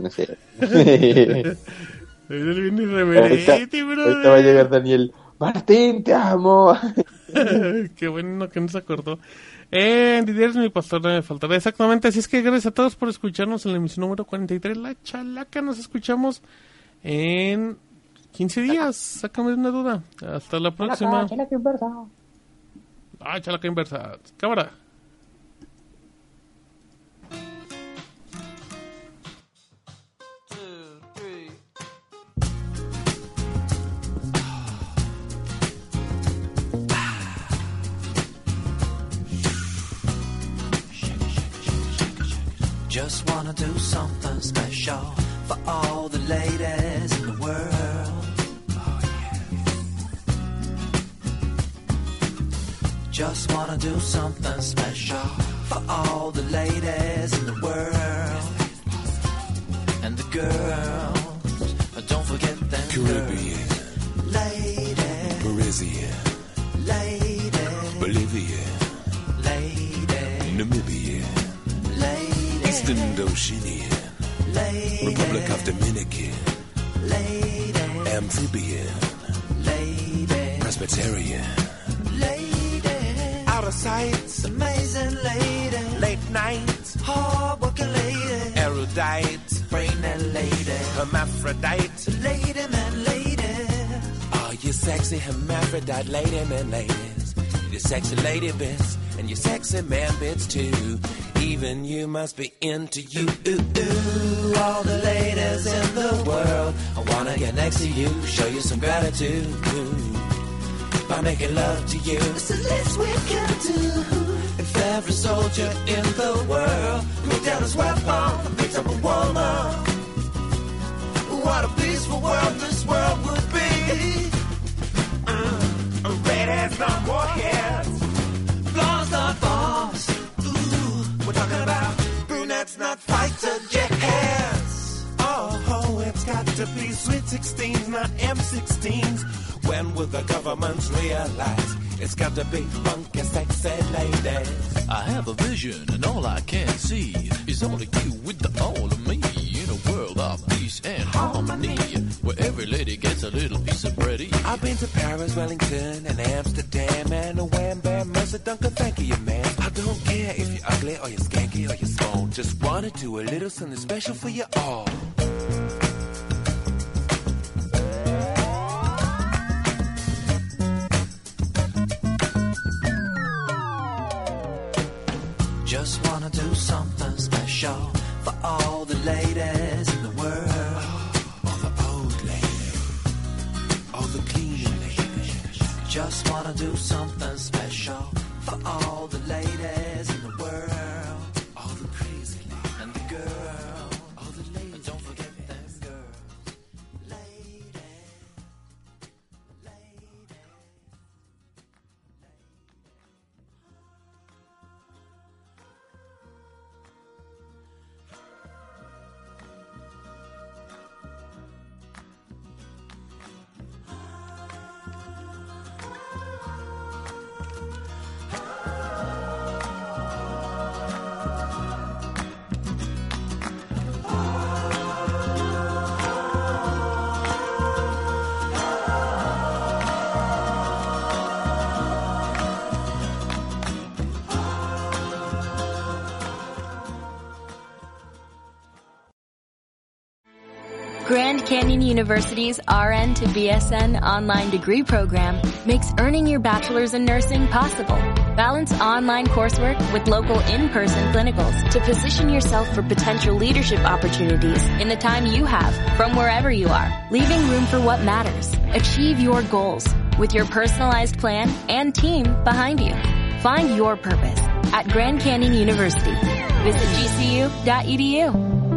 Es bien irreverente, bro. Ahorita va a llegar Daniel. Martín, te amo. Qué bueno que no se acordó. Didier es mi pastor, no me faltará. Exactamente, así es que gracias a todos por escucharnos en la emisión número 43, La Chalaca. Nos escuchamos en 15 días. Sácame una duda. Hasta la próxima. Chalaca inversa. Chalaca inversa. Cámara. Just wanna do something special for all the ladies in the world. Oh, yeah. Just wanna do something special for all the ladies in the world. And the girls, don't forget them. Caribbean, Ladies, Parisian, ladies, Bolivian, ladies, Namibian, ladies, Eastern Oceanian, ladies, Republic of Dominican, ladies, Amphibian, ladies, Presbyterian, ladies, out of sight, amazing ladies, late night, hard-working ladies, erudite, brainy ladies, hermaphrodite. lady man ladies, Are you sexy hermaphrodite lady man ladies? You sexy lady bits and you sexy man bits too. Even you must be into you. all the ladies in the world. I wanna get next to you, show you some gratitude by making love to you. It's the least we can do. If every soldier in the world put down his weapon and picks up a woman, what a peaceful world this world would be. Redheads, not more heads. Blondes, not bombs. Ooh, we're talking about brunettes, not fighter jets. Oh, it's got to be sweet 16s, not M16s. When will the governments realize it's got to be funky, sexy ladies? I have a vision, and all I can see is all of you with the all of me. In a world of peace and harmony, where every lady gets a little piece of bready. I've been to Paris, Wellington, and Amsterdam, and a wham bam, Mercer, Dunker, thank you, man. I don't care if you're ugly or you're skanky or you're small. Just wanna do a little something special for you all. Just wanna do something special for all the ladies in the world. All the old ladies, all the clean ladies. Just wanna do something special for all the ladies in the world. All the crazy ladies And the girl. all the ladies. And don't forget them girls. Grand Canyon University's RN to BSN online degree program makes earning your bachelor's in nursing possible. Balance online coursework with local in-person clinicals to position yourself for potential leadership opportunities in the time you have from wherever you are, leaving room for what matters. Achieve your goals with your personalized plan and team behind you. Find your purpose at Grand Canyon University. Visit gcu.edu.